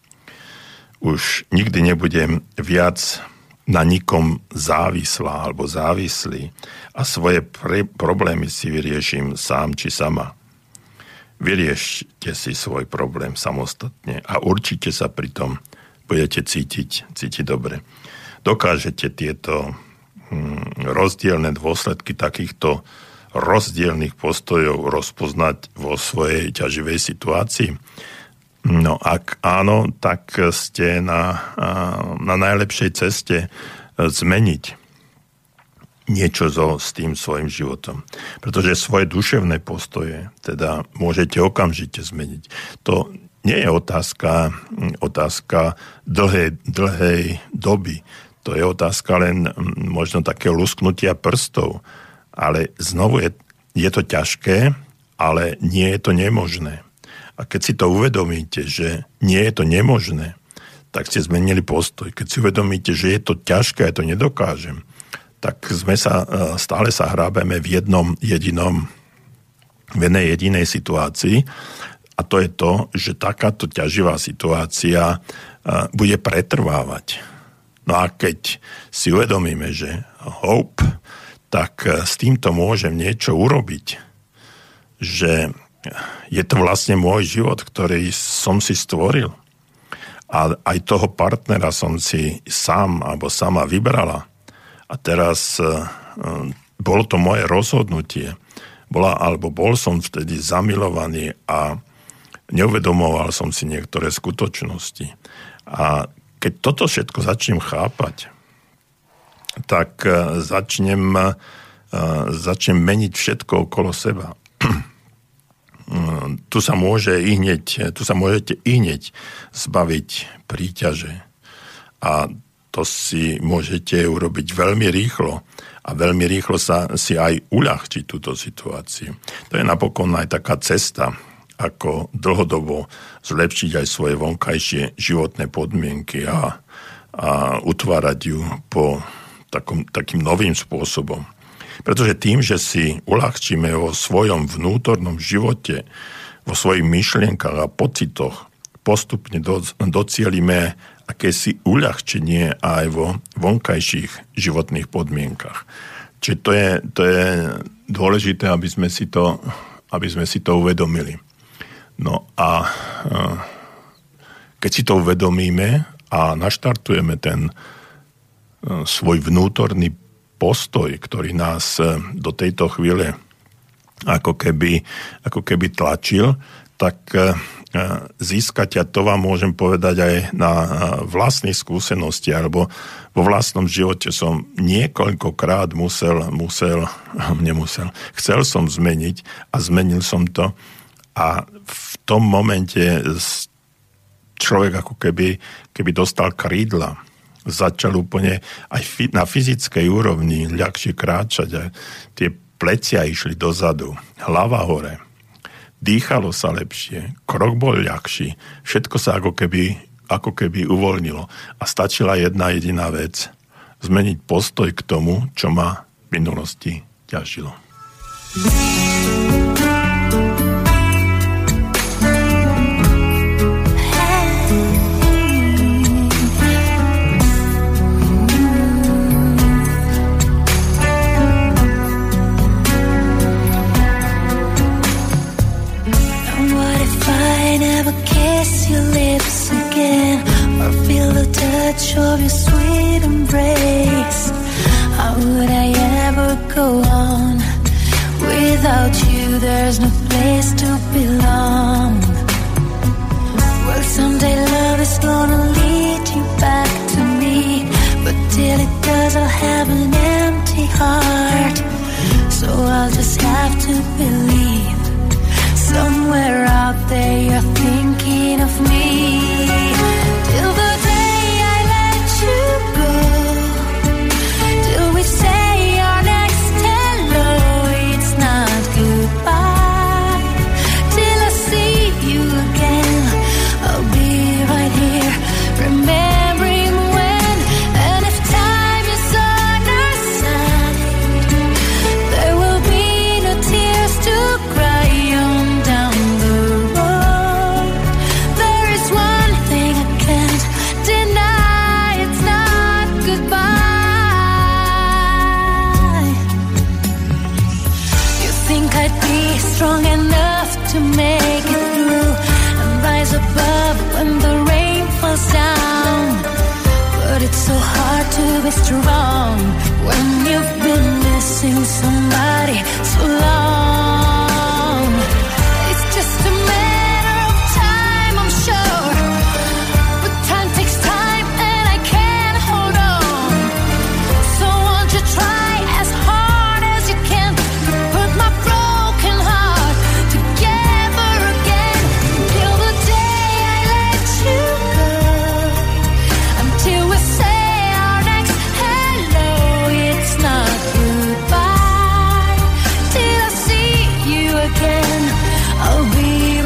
Už nikdy nebudem viac na nikom závislá alebo závislý a svoje pre- problémy si vyrieším sám či sama. Vyriešte si svoj problém samostatne a určite sa pri tom budete cítiť, cítiť dobre. Dokážete tieto hm, rozdielne dôsledky takýchto rozdielnych postojov rozpoznať vo svojej ťaživej situácii? No ak áno, tak ste na, na najlepšej ceste zmeniť niečo so, s tým svojim životom. Pretože svoje duševné postoje teda môžete okamžite zmeniť. To nie je otázka, otázka dlhej, dlhej doby. To je otázka len možno takého lusknutia prstov. Ale znovu je, je to ťažké, ale nie je to nemožné. A keď si to uvedomíte, že nie je to nemožné, tak ste zmenili postoj. Keď si uvedomíte, že je to ťažké, ja to nedokážem, tak sme sa, stále sa hrábeme v jednom jedinom, v jednej jedinej situácii. A to je to, že takáto ťaživá situácia bude pretrvávať. No a keď si uvedomíme, že hope, tak s týmto môžem niečo urobiť, že je to vlastne môj život, ktorý som si stvoril. A aj toho partnera som si sám alebo sama vybrala. A teraz bolo to moje rozhodnutie. Bola, alebo bol som vtedy zamilovaný a neuvedomoval som si niektoré skutočnosti. A keď toto všetko začnem chápať, tak začnem, začnem meniť všetko okolo seba. Tu sa môže i hneď, tu sa môžete i hneď zbaviť príťaže. A to si môžete urobiť veľmi rýchlo. A veľmi rýchlo sa si aj uľahčiť túto situáciu. To je napokon aj taká cesta, ako dlhodobo zlepšiť aj svoje vonkajšie životné podmienky a, a utvárať ju po takom, takým novým spôsobom. Pretože tým, že si uľahčíme vo svojom vnútornom živote, vo svojich myšlienkach a pocitoch, postupne do, docielime akési uľahčenie aj vo vonkajších životných podmienkach. Čiže to je, to je dôležité, aby sme si to, aby sme si to uvedomili. No a keď si to uvedomíme a naštartujeme ten svoj vnútorný postoj, ktorý nás do tejto chvíle ako keby, ako keby tlačil, tak získať, a to vám môžem povedať aj na vlastných skúsenosti, alebo vo vlastnom živote som niekoľkokrát musel, musel, nemusel, chcel som zmeniť a zmenil som to. A v tom momente človek ako keby, keby dostal krídla, začal úplne aj na fyzickej úrovni ľahšie kráčať a tie plecia išli dozadu, hlava hore, dýchalo sa lepšie, krok bol ľahší, všetko sa ako keby, ako keby uvoľnilo. A stačila jedna jediná vec, zmeniť postoj k tomu, čo ma v minulosti ťažilo. Of your sweet embrace, how would I ever go on? Without you there's no place to belong. Well, someday love is gonna lead you back to me, but till it does I'll have an empty heart. So I'll just have to believe somewhere out there you're thinking of me. Till the strong enough to make it through and rise above when the rain falls down. But it's so hard to be strong when you've been missing somebody so long. It's just a matter of time, I'm sure, but time takes time and I can't hold on. So won't you try as hard as you can to put my broken heart together again, till the day I let you go, until we say our next hello. It's not goodbye, till I see you again, I'll be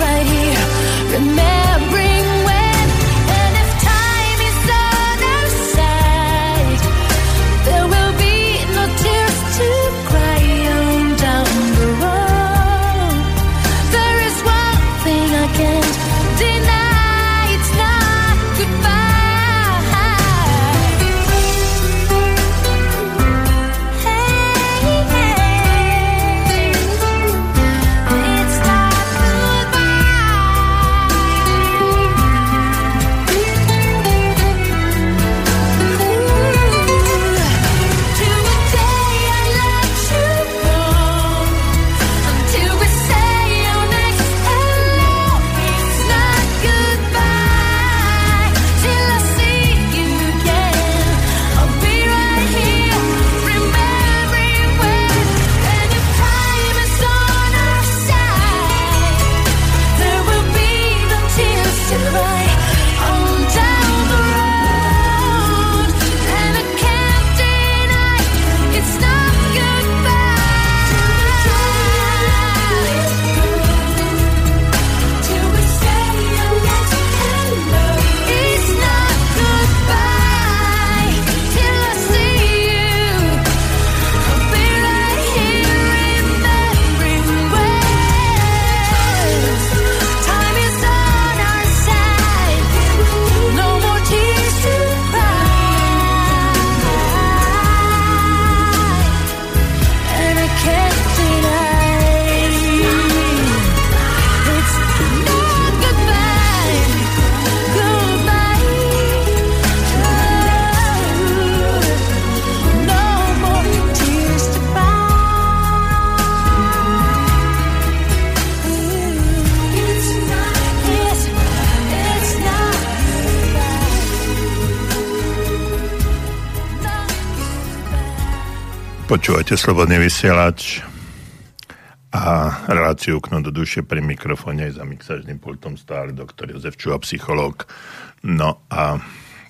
Počúvate Slobodný vysielač a reláciu Okno do duše, pri mikrofóne za mixážnym pultom stále doktor Jozef Čuha, psychológ. No a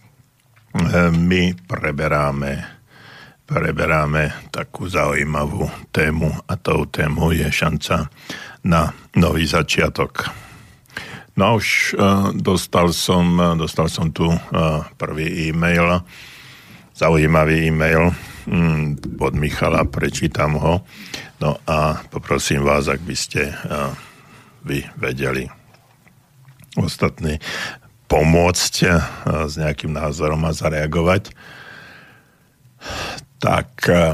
my preberáme preberáme takú zaujímavú tému a tou témou je šanca na nový začiatok. No už uh, dostal som dostal som tu uh, prvý e-mail, zaujímavý e-mail od Michala, prečítam ho. No a poprosím vás, ak by ste uh, vy vedeli ostatní pomôcť uh, s nejakým názorom a zareagovať, tak uh,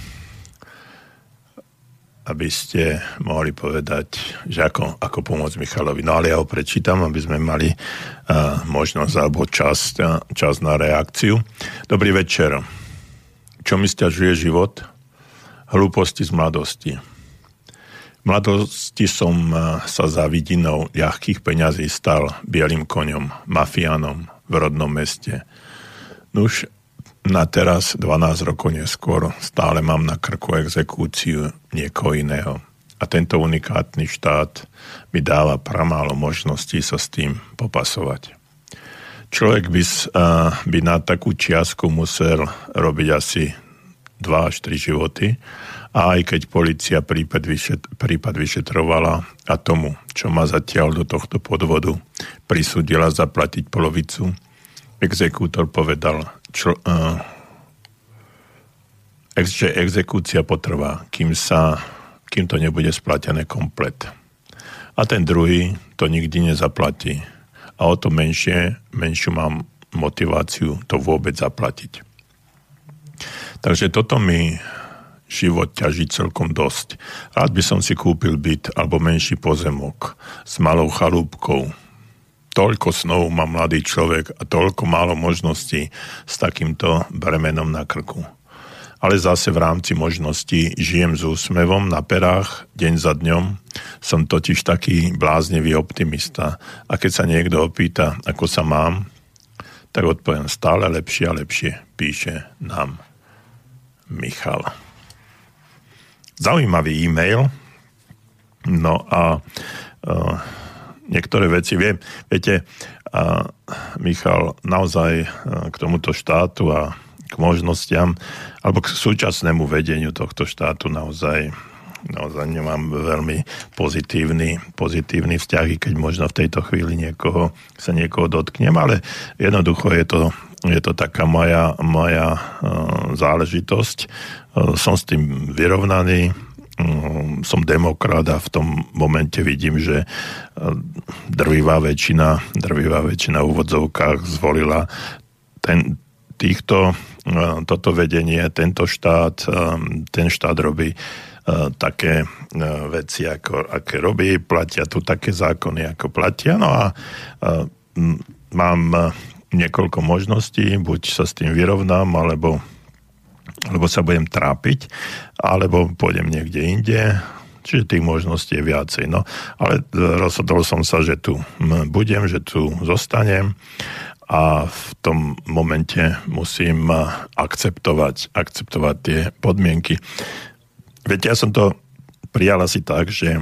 aby ste mohli povedať, že ako, ako pomôcť Michalovi. No ale ja ho prečítam, aby sme mali uh, možnosť alebo čas, uh, čas na reakciu. Dobrý večer. Čo mi sťažuje život? Hlúposti z mladosti. V mladosti som sa za vidinou ľahkých peňazí stal bielým koňom, mafiánom v rodnom meste. Nuž, na teraz, dvanásť rokov neskôr, stále mám na krku exekúciu niekoho iného. A tento unikátny štát mi dáva pramálo možností sa s tým popasovať. Človek by, by na takú čiastku musel robiť asi dva až tri životy, a aj keď polícia prípad, vyšet, prípad vyšetrovala a tomu, čo ma zatiaľ do tohto podvodu prisúdila zaplatiť polovicu, exekútor povedal, čo, uh, ex, že exekúcia potrvá, kým, sa, kým to nebude splatené komplet. A ten druhý to nikdy nezaplatí. A o to menšie, menšiu mám motiváciu to vôbec zaplatiť. Takže toto mi život ťaží celkom dosť. Rád by som si kúpil byt alebo menší pozemok s malou chalúbkou. Toľko snov má mladý človek a toľko málo možností s takýmto bremenom na krku. Ale zase v rámci možností žijem s úsmevom na perách deň za dňom. Som totiž taký bláznivý optimista. A keď sa niekto opýta, ako sa mám, tak odpoviem stále lepšie a lepšie, píše nám Michal. Zaujímavý e-mail. No a uh, niektoré veci, vie, viete, uh, Michal, naozaj uh, k tomuto štátu a k možnostiam, alebo k súčasnému vedeniu tohto štátu naozaj, naozaj nemám veľmi pozitívny, pozitívny vzťahy, keď možno v tejto chvíli niekoho, sa niekoho dotknem, ale jednoducho je to, je to taká moja, moja uh, záležitosť. Uh, som s tým vyrovnaný, uh, som demokrat a v tom momente vidím, že uh, drvivá väčšina, drvivá väčšina v úvodzovkách zvolila ten, týchto toto vedenie, tento štát, ten štát robí také veci, ako aké robí, platia tu také zákony, ako platia. No a mám niekoľko možností, buď sa s tým vyrovnám, alebo, alebo sa budem trápiť, alebo pôjdem niekde inde. Čiže tých možností je viacej. No, ale rozhodol som sa, že tu budem, že tu zostanem. A v tom momente musím akceptovať, akceptovať tie podmienky. Viete, ja som to prijal asi tak, že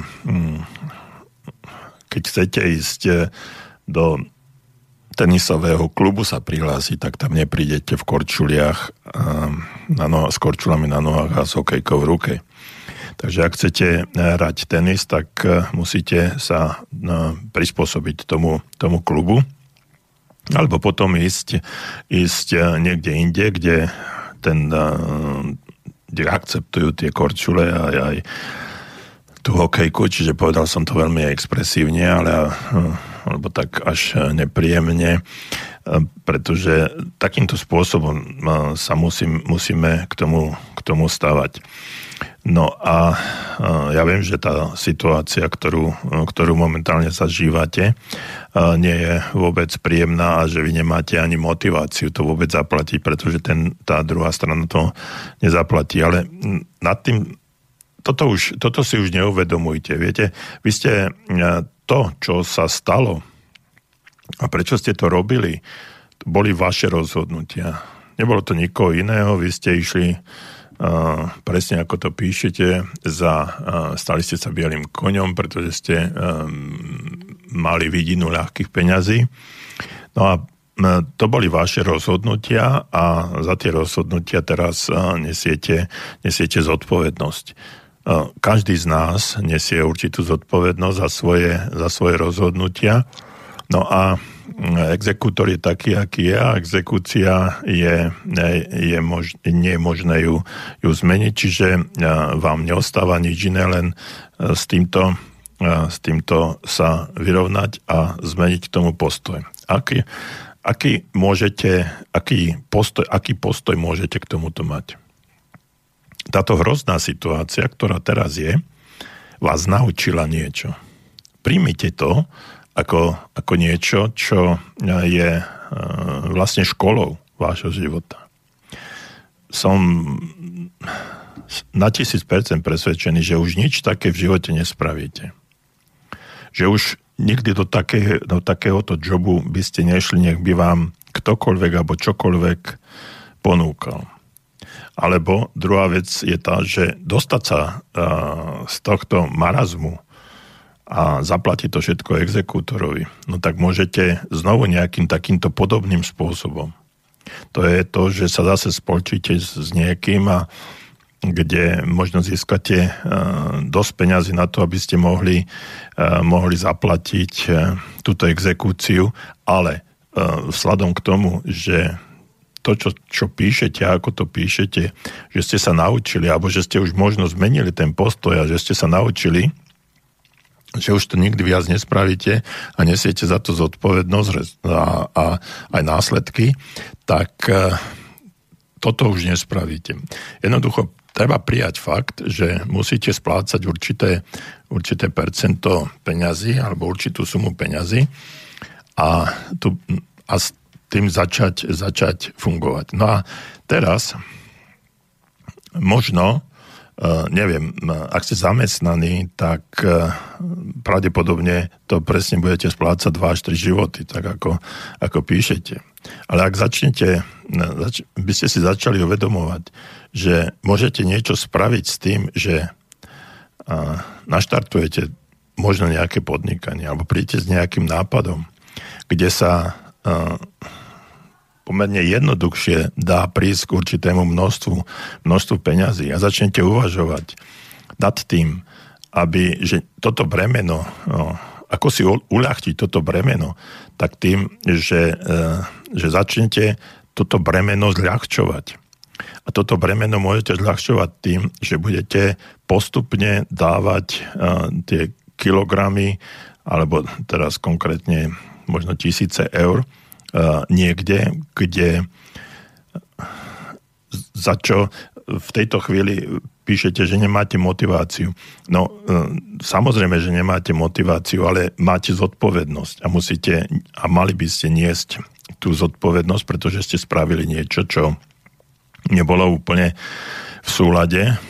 keď chcete ísť do tenisového klubu sa prihlásiť, tak tam neprídete v korčuliach na noha, s korčulami na nohách a s hokejkou v ruke. Takže ak chcete hrať tenis, tak musíte sa prispôsobiť tomu, tomu klubu. Alebo potom ísť, ísť niekde inde, kde, ten, kde akceptujú tie korčule a aj tú hokejku, čiže povedal som to veľmi expresívne, ale alebo tak až nepríjemne, pretože takýmto spôsobom sa musím, musíme k tomu, k tomu stavať. No a ja viem, že tá situácia, ktorú, ktorú momentálne zažívate, nie je vôbec príjemná a že vy nemáte ani motiváciu to vôbec zaplatiť, pretože ten, tá druhá strana to nezaplatí. Ale nad tým, toto, už, toto si už neuvedomujte. Viete, vy ste to, čo sa stalo a prečo ste to robili, to boli vaše rozhodnutia. Nebolo to nikoho iného, vy ste išli presne ako to píšete, za, stali ste sa bielým koňom, pretože ste mali vidinu ľahkých peňazí. No a to boli vaše rozhodnutia a za tie rozhodnutia teraz nesiete, nesiete zodpovednosť. Každý z nás nesie určitú zodpovednosť za svoje, za svoje rozhodnutia. No a exekútor je taký, aký je, a exekúcia je, je mož, nie je možné ju, ju zmeniť, čiže vám neostáva nič iné, len s týmto, s týmto sa vyrovnať a zmeniť k tomu postoj. Aký, aký, môžete, aký, postoj, aký postoj môžete k tomuto mať? Táto hrozná situácia, ktorá teraz je, vás naučila niečo. Príjmite to ako, ako niečo, čo je vlastne školou vášho života. Som na tisíc percent presvedčený, že už nič také v živote nespravíte. Že už nikdy do, také, do takéhoto jobu by ste nešli, nech by vám ktokoľvek alebo čokoľvek ponúkal. Alebo druhá vec je tá, že dostať sa uh, z tohto marazmu a zaplatiť to všetko exekútorovi, no tak môžete znovu nejakým takýmto podobným spôsobom. To je to, že sa zase spolčíte s, s niekým, a kde možno získate uh, dosť peňazí na to, aby ste mohli, uh, mohli zaplatiť uh, túto exekúciu, ale uh, vzhľadom k tomu, že to, čo, čo píšete, ako to píšete, že ste sa naučili, alebo že ste už možno zmenili ten postoj a že ste sa naučili, že už to nikdy viac nespravíte a nesiete za to zodpovednosť a, a aj následky, tak toto už nespravíte. Jednoducho treba prijať fakt, že musíte splácať určité, určité percento peňazí alebo určitú sumu peňazí a, tu, a tým začať, začať fungovať. No a teraz možno, neviem, ak ste zamestnaní, tak pravdepodobne to presne budete splácať dva až tri životy, tak ako, ako píšete. Ale ak začnete, by ste si začali uvedomovať, že môžete niečo spraviť s tým, že naštartujete možno nejaké podnikanie alebo príjete s nejakým nápadom, kde sa pomerne jednoduchšie dá prísť k určitému množstvu, množstvu peňazí a začnete uvažovať nad tým, aby, že toto bremeno, no, ako si uľahčiť toto bremeno, tak tým, že, že začnete toto bremeno zľahčovať. A toto bremeno môžete zľahčovať tým, že budete postupne dávať tie kilogramy, alebo teraz konkrétne možno tisíce eur, niekde, kde za čo v tejto chvíli píšete, že nemáte motiváciu. No, samozrejme, že nemáte motiváciu, ale máte zodpovednosť a musíte, a mali by ste niesť tú zodpovednosť, pretože ste spravili niečo, čo nebolo úplne v súlade a,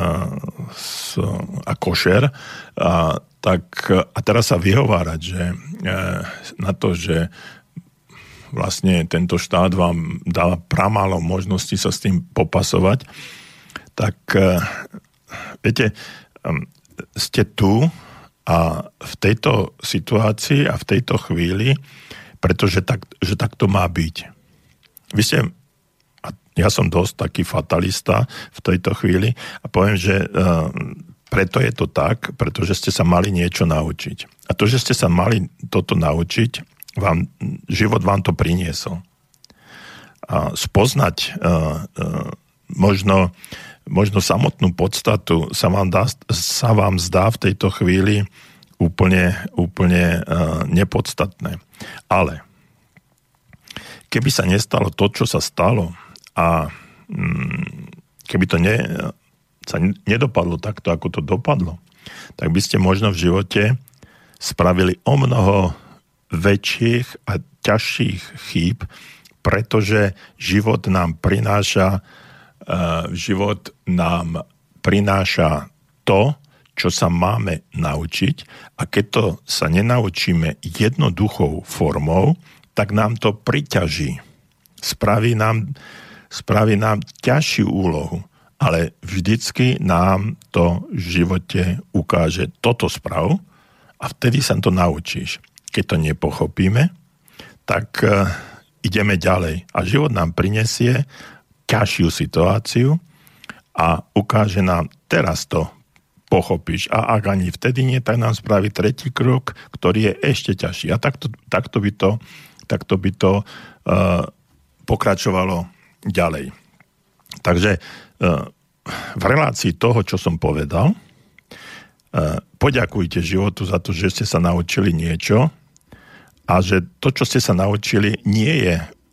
a košer. A, tak, a teraz sa vyhovárať, že na to, že vlastne tento štát vám dáva pramálo možnosti sa s tým popasovať, tak viete, ste tu a v tejto situácii a v tejto chvíli, pretože tak, že tak to má byť. Vy ste, a ja som dosť taký fatalista v tejto chvíli a poviem, že preto je to tak, pretože ste sa mali niečo naučiť. A to, že ste sa mali toto naučiť, vám, život vám to priniesol. A spoznať uh, uh, možno, možno samotnú podstatu sa vám, dá, sa vám zdá v tejto chvíli úplne, úplne uh, nepodstatné. Ale keby sa nestalo to, čo sa stalo, a um, keby to ne, sa nedopadlo takto, ako to dopadlo, tak by ste možno v živote spravili o mnoho väčších a ťažších chýb, pretože život nám prináša uh, život nám prináša to, čo sa máme naučiť, a keď to sa nenaučíme jednoduchou formou, tak nám to priťaží. Spraví nám, spraví nám ťažšiu úlohu. ale vždycky nám to v živote ukáže toto sprav a vtedy sa to naučíš. Keď to nepochopíme, tak uh, ideme ďalej a život nám prinesie ťažšiu situáciu a ukáže nám, teraz to pochopíš. A ak ani vtedy nie, tak nám spraví tretí krok, ktorý je ešte ťažší. A takto, takto by to, takto by to uh, pokračovalo ďalej. Takže uh, v relácii toho, čo som povedal, uh, poďakujte životu za to, že ste sa naučili niečo a že to, čo ste sa naučili, nie je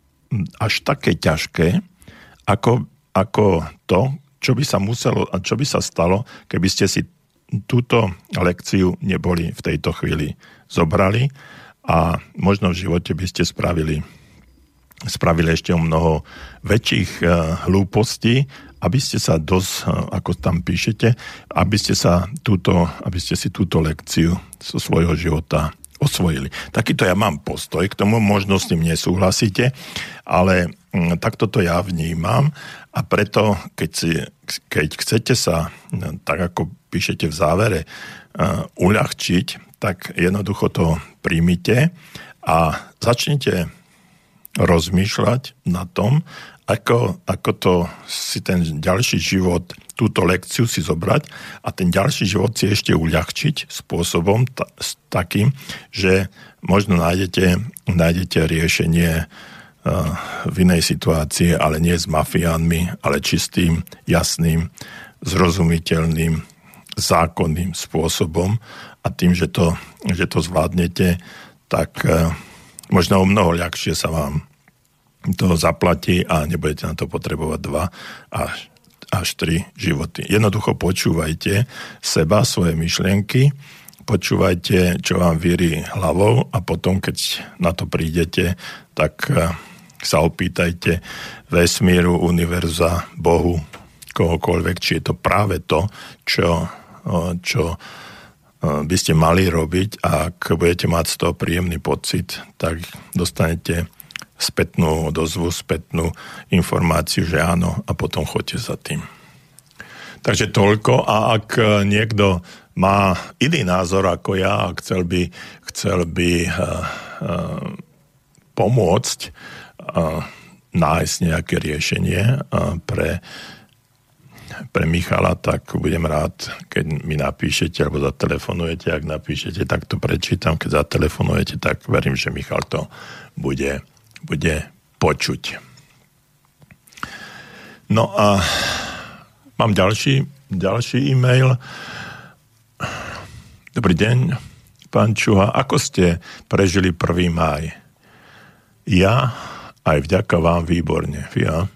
až také ťažké, ako, ako to, čo by sa muselo a čo by sa stalo, keby ste si túto lekciu neboli v tejto chvíli zobrali a možno v živote by ste spravili, spravili ešte o mnoho väčších hlúpostí, aby ste sa dosť, ako tam píšete, aby ste, sa túto, aby ste si túto lekciu zo svojho života osvojili. Takýto ja mám postoj, k tomu možno s tým nesúhlasíte, ale takto to ja vnímam a preto, keď, si, keď chcete sa, tak ako píšete v závere, uh, uľahčiť, tak jednoducho to príjmite a začnite rozmýšľať na tom, ako, ako to si ten ďalší život, túto lekciu si zobrať a ten ďalší život si ešte uľahčiť spôsobom ta, takým, že možno nájdete, nájdete riešenie v inej situácii, ale nie s mafiánmi, ale čistým, jasným, zrozumiteľným, zákonným spôsobom a tým, že to, že to zvládnete, tak možno o mnoho ľahšie sa vám to zaplatí a nebudete na to potrebovať dva až, až tri životy. Jednoducho počúvajte seba, svoje myšlienky, počúvajte, čo vám víri hlavou a potom, keď na to prídete, tak sa opýtajte vesmíru, univerza, Bohu, kohokoľvek, či je to práve to, čo, čo by ste mali robiť a ak budete mať z toho príjemný pocit, tak dostanete spätnú odozvu, spätnú informáciu, že áno a potom choďte za tým. Takže toľko a ak niekto má iný názor ako ja a chcel by, chcel by uh, uh, pomôcť a nájsť nejaké riešenie pre, pre Michala, tak budem rád, keď mi napíšete alebo zatelefonujete. Ak napíšete, tak to prečítam. Keď zatelefonujete, tak verím, že Michal to bude, bude počuť. No a mám ďalší, ďalší e-mail. Dobrý deň, pán Čuha. Ako ste prežili prvý máj? Ja aj vďaka vám výborne. Ja.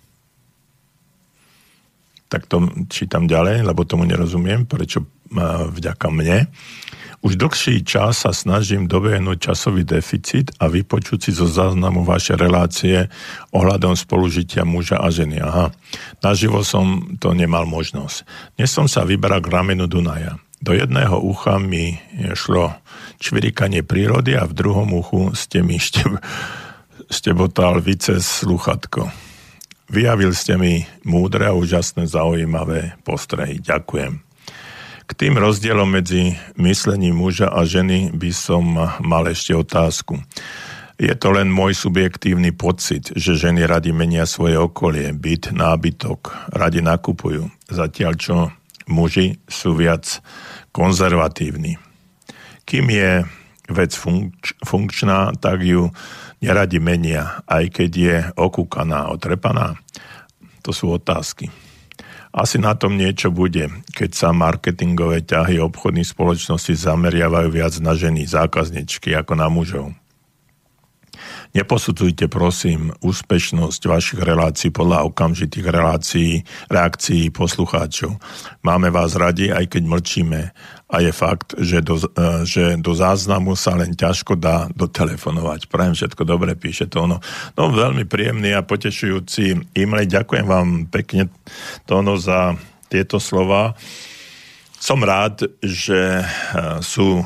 Tak to čítam ďalej, lebo tomu nerozumiem, prečo vďaka mne. Už dlhší čas sa snažím dobehnúť časový deficit a vypočuť si zo záznamu vaše relácie ohľadom spolužitia muža a ženy. Aha, naživo som to nemal možnosť. Dnes som sa vybral k ramenu Dunaja. Do jedného ucha mi šlo čvirikanie prírody a v druhom uchu ste mi šteb... štebotal vice sluchatko. Vyjavil ste mi múdre a úžasné zaujímavé postrehy. Ďakujem. K tým rozdielom medzi myslením muža a ženy by som mal ešte otázku. Je to len môj subjektívny pocit, že ženy radi menia svoje okolie, byt, nábytok, radi nakupujú, zatiaľ čo muži sú viac konzervatívni. Kým je vec funkč- funkčná, tak ju neradi menia, aj keď je okúkaná, otrepaná? To sú otázky. Asi na tom niečo bude, keď sa marketingové ťahy obchodných spoločností zameriavajú viac na ženy, zákazničky, ako na mužov. Neposudzujte, prosím, úspešnosť vašich relácií podľa okamžitých relácií, reakcií poslucháčov. Máme vás radi, aj keď mlčíme. A je fakt, že do, že do záznamu sa len ťažko dá dotelefonovať. Prajem všetko dobre, píše to ono. No, veľmi príjemný a potešujúci e-mail. Ďakujem vám pekne, Tono, za tieto slova. Som rád, že sú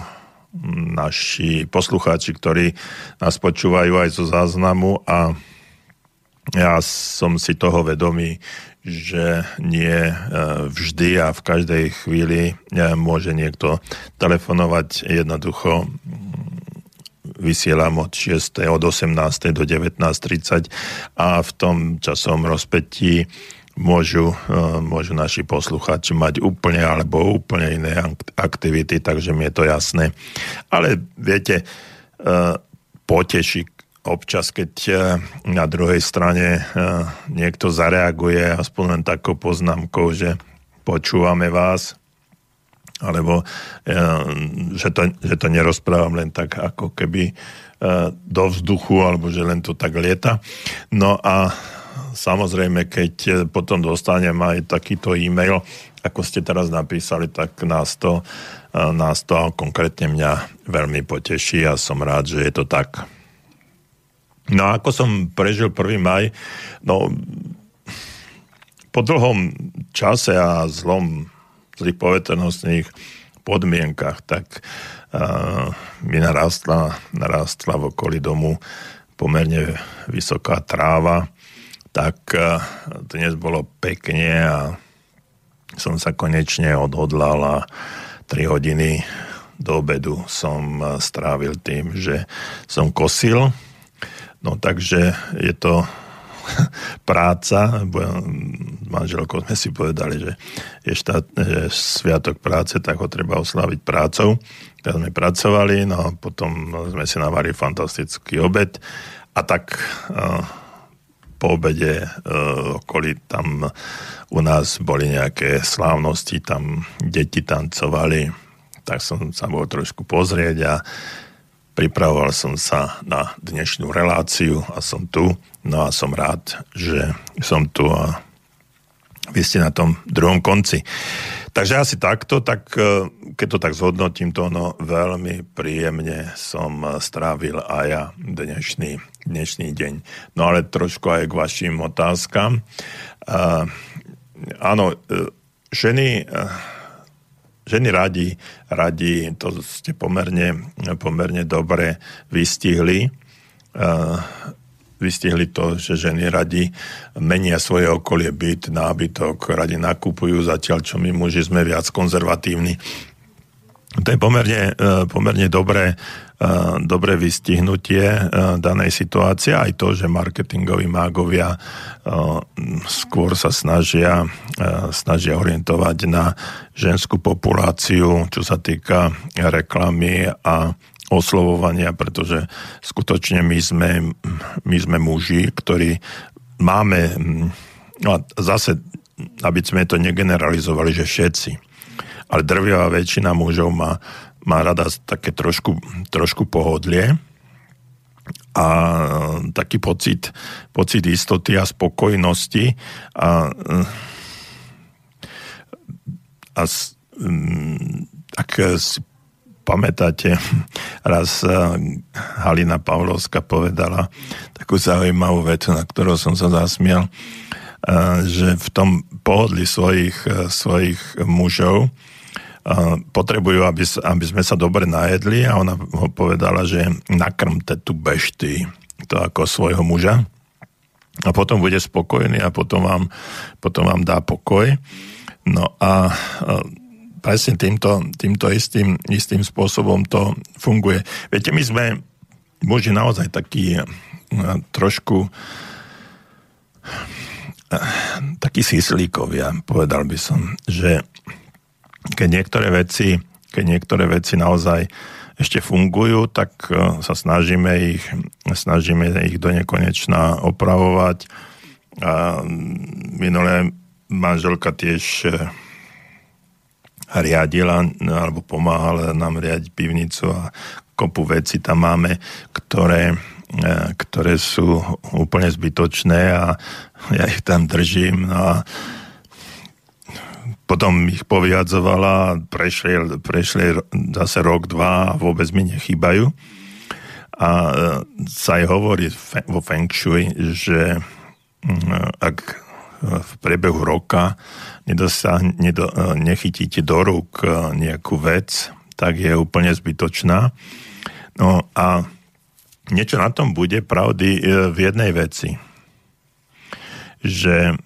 naši poslucháči, ktorí nás počúvajú aj zo záznamu a ja som si toho vedomý, že nie vždy a v každej chvíli môže niekto telefonovať. Jednoducho vysielam od šiestej, od osemnástej do devätnásť tridsať a v tom časovom rozpätí môžu, môžu naši poslucháči mať úplne alebo úplne iné aktivity, takže mi je to jasné. Ale viete, poteší občas, keď na druhej strane niekto zareaguje aspoň len takou poznámkou, že počúvame vás, alebo že to, že to nerozprávam len tak ako keby do vzduchu, alebo že len to tak lieta. No a samozrejme, keď potom dostanem aj takýto e-mail, ako ste teraz napísali, tak nás to, nás to konkrétne mňa veľmi poteší a som rád, že je to tak. No a ako som prežil prvý maj, no po dlhom čase a zlom, zlých poveternostných podmienkach, tak uh, mi narastla, narastla v okolí domu pomerne vysoká tráva, tak uh, dnes bolo pekne a som sa konečne odhodlal a tri hodiny do obedu som strávil tým, že som kosil. No takže je to práca, s manželkou sme si povedali, že je, štát, že sviatok práce, tak ho treba osláviť prácou. Tak sme pracovali, no a potom sme si navarili fantastický obed a tak uh, po obede uh, okolí tam u nás boli nejaké slávnosti, tam deti tancovali, tak som sa bol trošku pozrieť a pripravoval som sa na dnešnú reláciu a som tu. No a som rád, že som tu a vy ste na tom druhom konci. Takže asi takto, tak keď to tak zhodnotím, to no, veľmi príjemne som strávil aj ja dnešný, dnešný deň. No ale trošku aj k vašim otázkam. Uh, áno, ženy... Uh, Ženy radi, radi, to ste pomerne, pomerne dobre vystihli. Uh, vystihli to, že ženy radi menia svoje okolie, byt, nábytok, radi nakupujú, zatiaľ čo my muži sme viac konzervatívni. To je pomerne, pomerne dobré, dobré vystihnutie danej situácie. Aj to, že marketingoví mágovia skôr sa snažia, snažia orientovať na ženskú populáciu, čo sa týka reklamy a oslovovania, pretože skutočne my sme, my sme muži, ktorí máme, no a zase, aby sme to negeneralizovali, že všetci, ale drvivá väčšina mužov má, má rada také trošku, trošku pohodlie a taký pocit, pocit istoty a spokojnosti a, a ak si pamätáte, raz Halina Pavlovská povedala takú zaujímavú vetu, na ktorú som sa zasmial, že v tom pohodlí svojich, svojich mužov potrebujú, aby, aby sme sa dobre najedli a ona ho povedala, že nakrmte tu bešty, to ako svojho muža a potom bude spokojný a potom vám, potom vám dá pokoj. No a presne týmto, týmto istým, istým spôsobom to funguje. Viete, my sme muži naozaj takí trošku takí syslíkovia, povedal by som, že keď niektoré veci, keď niektoré veci naozaj ešte fungujú, tak sa snažíme ich, snažíme ich do nekonečna opravovať. A minulé manželka tiež riadila alebo pomáhala nám riadiť pivnicu a kopu vecí tam máme, ktoré, ktoré sú úplne zbytočné a ja ich tam držím a potom ich povyhadzovala, prešli, prešli zase rok, dva a vôbec mi nechýbajú. A sa aj hovorí vo Feng Shui, že ak v priebehu roka nedosah, nedo, nechytíte do rúk nejakú vec, tak je úplne zbytočná. No a niečo na tom bude pravdy v jednej veci. že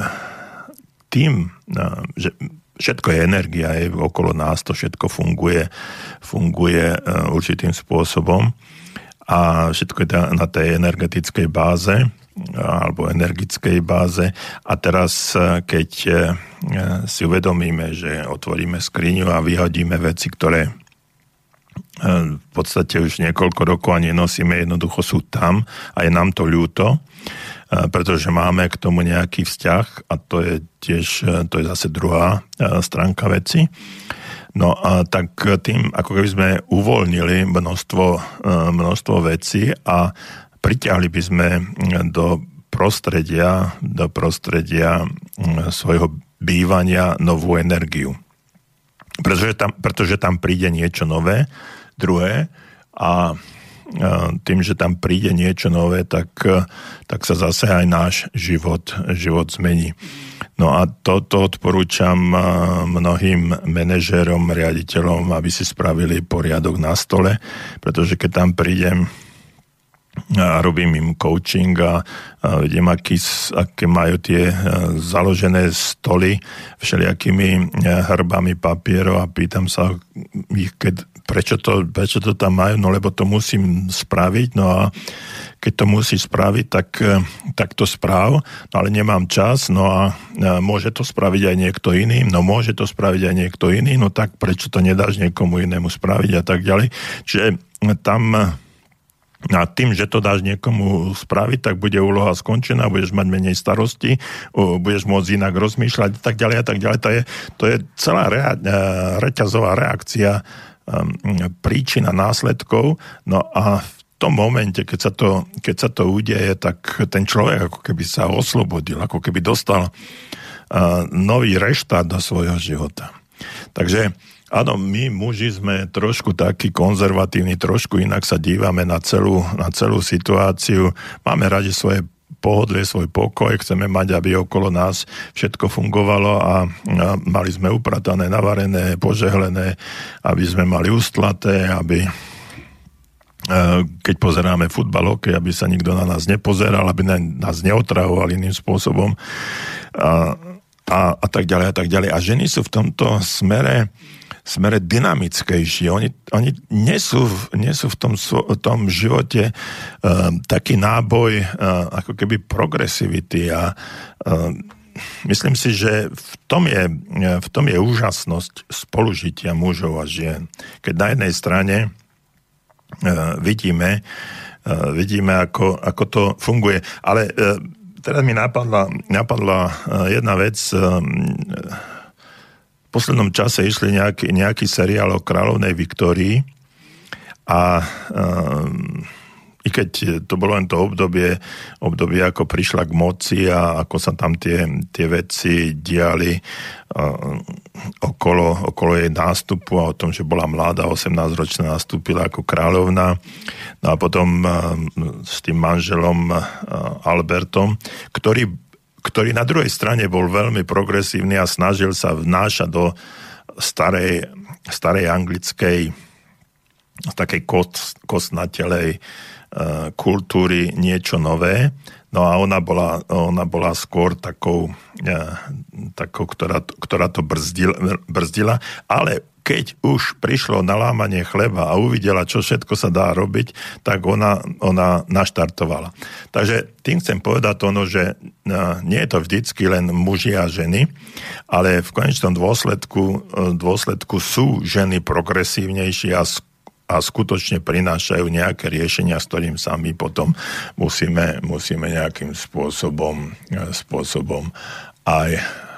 tým, že všetko je energia, je okolo nás, to všetko funguje, funguje určitým spôsobom a všetko je na tej energetickej báze alebo energickej báze. A teraz, keď si uvedomíme, že otvoríme skriňu a vyhodíme veci, ktoré v podstate už niekoľko rokov ani nenosíme, jednoducho sú tam a je nám to ľúto, pretože máme k tomu nejaký vzťah a to je tiež, to je zase druhá stránka veci. No a tak tým, ako keby sme uvoľnili množstvo, množstvo vecí a pritiahli by sme do prostredia, do prostredia svojho bývania novú energiu. Pretože tam, pretože tam príde niečo nové, druhé a tým, že tam príde niečo nové, tak, tak sa zase aj náš život, život zmení. No a toto odporúčam mnohým manažérom, riaditeľom, aby si spravili poriadok na stole, pretože keď tam prídem a robím im coaching a, a vidím, aký, aké majú tie založené stoly všelijakými hrbami papierov a pýtam sa ich, keď, prečo, to, prečo to tam majú, no lebo to musím spraviť, no a keď to musí spraviť, tak, tak to správ, no ale nemám čas, no a môže to spraviť aj niekto iný, no môže to spraviť aj niekto iný, no tak prečo to nedáš niekomu inému spraviť a tak ďalej. Čiže tam a tým, že to dáš niekomu spraviť, tak bude úloha skončená, budeš mať menej starosti, budeš môcť inak rozmýšľať a tak ďalej a tak ďalej. To je, to je celá rea- reťazová reakcia príčina následkov. No a v tom momente, keď sa to, keď sa to udeje, tak ten človek ako keby sa oslobodil, ako keby dostal nový reštart do svojho života. Takže áno, my muži sme trošku takí konzervatívni, trošku inak sa dívame na celú, na celú situáciu. Máme radi svoje pohodlie, svoj pokoj, chceme mať, aby okolo nás všetko fungovalo a, a mali sme upratané, navarené, požehlené, aby sme mali ustlaté, aby keď pozeráme futbal, hokej, aby sa nikto na nás nepozeral, aby nás neotravoval iným spôsobom a, a, a tak ďalej a tak ďalej. A ženy sú v tomto smere smere dynamickejší. Oni, oni nie, sú, nie sú v tom, v tom živote uh, taký náboj uh, ako keby progresivity a uh, myslím si, že v tom, je, v tom je úžasnosť spolužitia mužov a žien. Keď na jednej strane uh, vidíme, uh, vidíme ako, ako to funguje. Ale uh, teraz mi napadla, napadla uh, jedna vec. Uh, V poslednom čase išli nejaký, nejaký seriál o kráľovnej Viktórii a um, i keď to bolo len to obdobie, obdobie ako prišla k moci a ako sa tam tie, tie veci diali uh, okolo, okolo jej nástupu a o tom, že bola mladá, osemnásťročná, nastúpila ako kráľovná. No a potom uh, s tým manželom uh, Albertom, ktorý ktorý na druhej strane bol veľmi progresívny a snažil sa vnášať do starej, starej anglickej takej kost, kostnatelej uh, kultúry niečo nové. No a ona bola, ona bola skôr takou, uh, takou ktorá, ktorá to brzdila, brzdila, ale keď už prišlo na lámanie chleba a uvidela, čo všetko sa dá robiť, tak ona, ona naštartovala. Takže tým chcem povedať ono, že nie je to vždycky len muži a ženy, ale v konečnom dôsledku, dôsledku sú ženy progresívnejšie a, a skutočne prinášajú nejaké riešenia, s ktorým sa my potom musíme, musíme nejakým spôsobom, spôsobom aj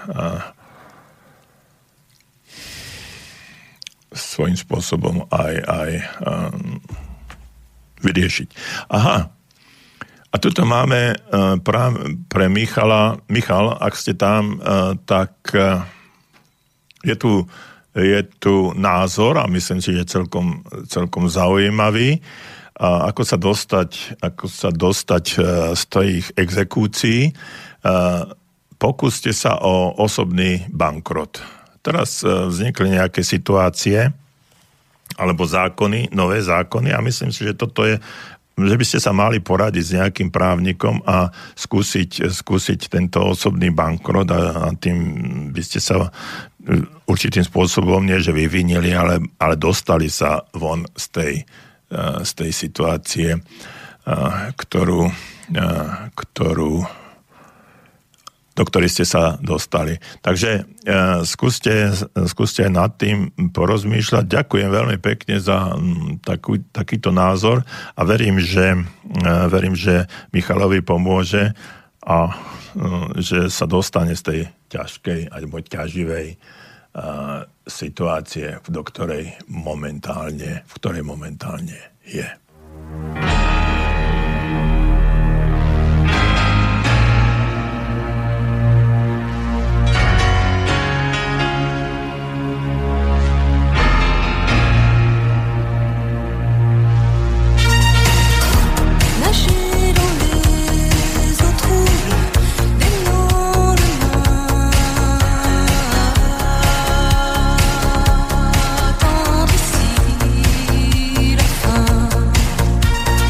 svojím spôsobom aj, aj um, vyriešiť. Aha. A tuto máme uh, pra, pre Michala. Michal, ak ste tam, uh, tak uh, je, tu, je tu názor a myslím si, že celkom, celkom zaujímavý. Uh, ako sa dostať, ako sa dostať uh, z tých exekúcií. Uh, pokúste sa o osobný bankrot. Teraz vznikli nejaké situácie alebo zákony, nové zákony a myslím si, že toto je že by ste sa mali poradiť s nejakým právnikom a skúsiť, skúsiť tento osobný bankrot a, a tým by ste sa určitým spôsobom nie, že vyvinili, ale, ale dostali sa von z tej, z tej situácie, ktorú, ktorú do ktorej ste sa dostali. Takže uh, skúste, skúste aj nad tým porozmýšľať. Ďakujem veľmi pekne za um, takú, takýto názor a verím, že, uh, verím, že Michalovi pomôže a uh, že sa dostane z tej ťažkej alebo ťaživej uh, situácie, do ktorej momentálne, v ktorej momentálne je. Attendre ici la fin.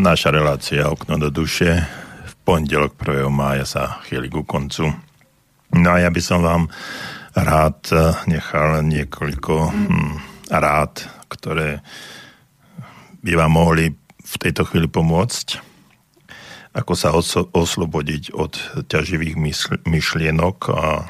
Naša relácia Okno do duše v pondelok prvého mája sa chýli ku koncu. No a ja by som vám rád nechal niekoľko hm, rád, ktoré by vám mohli v tejto chvíli pomôcť, ako sa oso- oslobodiť od ťaživých mysl- myšlienok, a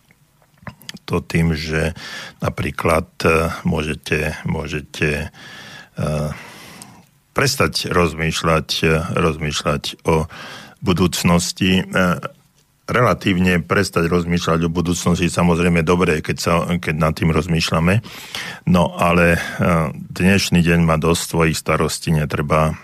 to tým, že napríklad môžete, môžete uh, prestať rozmýšľať, rozmýšľať o budúcnosti. Relatívne prestať rozmýšľať o budúcnosti, samozrejme dobré, keď, sa, keď nad tým rozmýšľame. No ale dnešný deň má dosť svojich starostí, netreba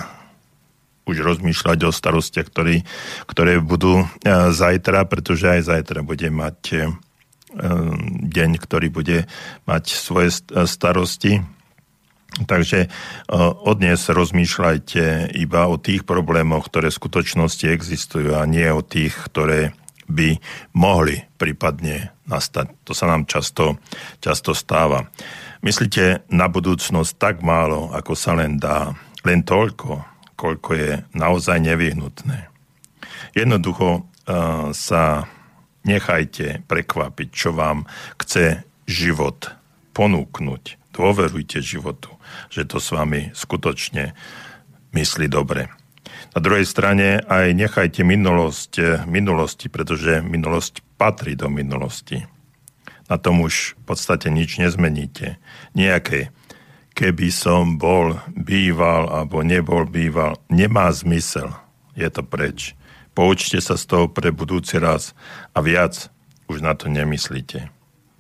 už rozmýšľať o starostiach, ktoré, ktoré budú zajtra, pretože aj zajtra bude mať deň, ktorý bude mať svoje starosti. Takže od dnes rozmýšľajte iba o tých problémoch, ktoré v skutočnosti existujú, a nie o tých, ktoré by mohli prípadne nastať. To sa nám často, často stáva. Myslíte na budúcnosť tak málo, ako sa len dá. Len toľko, koľko je naozaj nevyhnutné. Jednoducho uh, sa nechajte prekvapiť, čo vám chce život ponúknuť. Dôverujte životu, že to s vami skutočne myslí dobre. Na druhej strane aj nechajte minulosť minulosti, pretože minulosť patrí do minulosti. Na tom už v podstate nič nezmeníte. Nejaké keby som bol, býval alebo nebol býval, nemá zmysel. Je to preč. Poučte sa z toho pre budúci raz a viac už na to nemyslíte.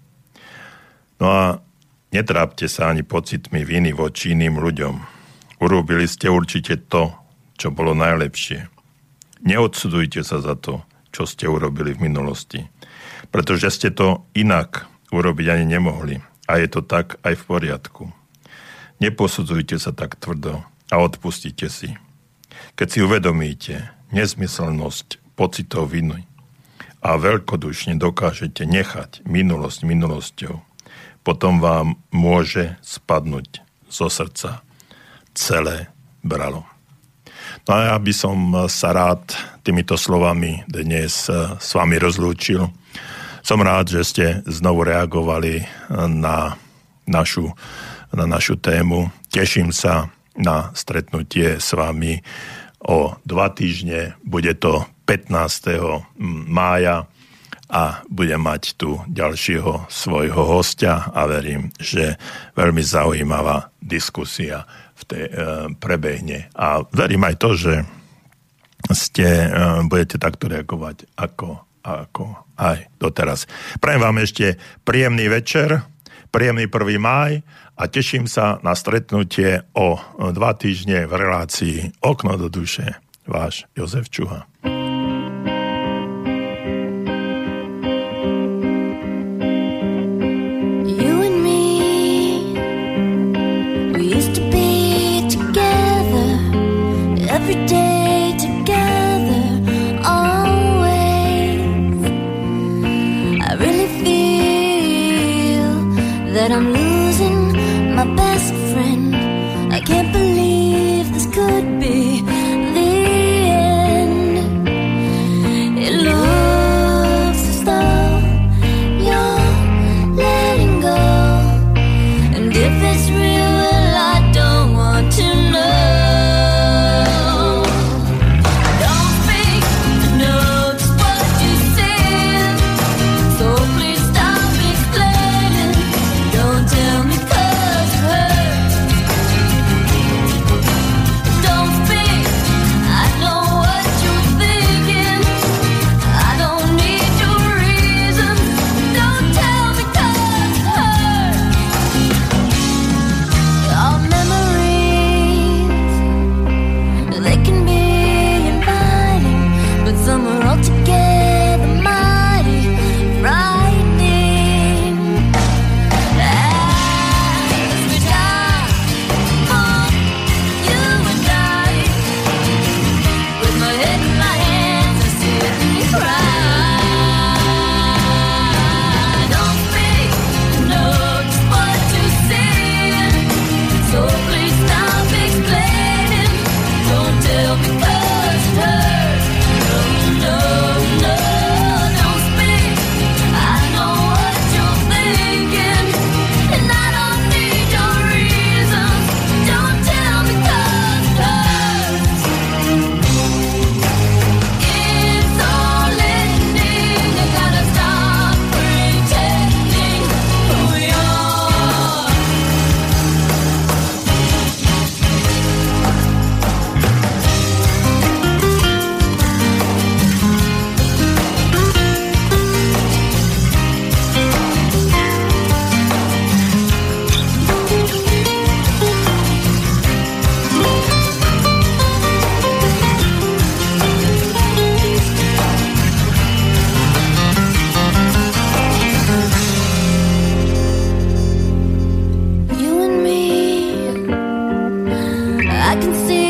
No a netrápte sa ani pocitmi viny voči iným ľuďom. Urobili ste určite to, čo bolo najlepšie. Neodsudujte sa za to, čo ste urobili v minulosti. Pretože ste to inak urobiť ani nemohli. A je to tak aj v poriadku. Neposudzujte sa tak tvrdo a odpustite si. Keď si uvedomíte nezmyselnosť pocitov viny a veľkodušne dokážete nechať minulosť minulosťou, potom vám môže spadnúť zo srdca celé bralo. No a ja by som sa rád týmito slovami dnes s vami rozlúčil. Som rád, že ste znovu reagovali na našu, na našu tému. Teším sa na stretnutie s vami o dva týždne. Bude to pätnásteho mája. A budem mať tu ďalšieho svojho hostia a verím, že veľmi zaujímavá diskusia v tej, e, prebehne. A verím aj to, že ste, e, budete takto reagovať ako, ako aj doteraz. Prajem vám ešte príjemný večer, príjemný prvý máj a teším sa na stretnutie o dva týždne v relácii Okno do duše. Váš Jozef Čuha. Every day together, always. I really feel that I'm losing my best friend. I can't believe this could be the end. It looks as though you're letting go, and if it's real, well, I don't want to know. Tell me 'cause it hurts. I can see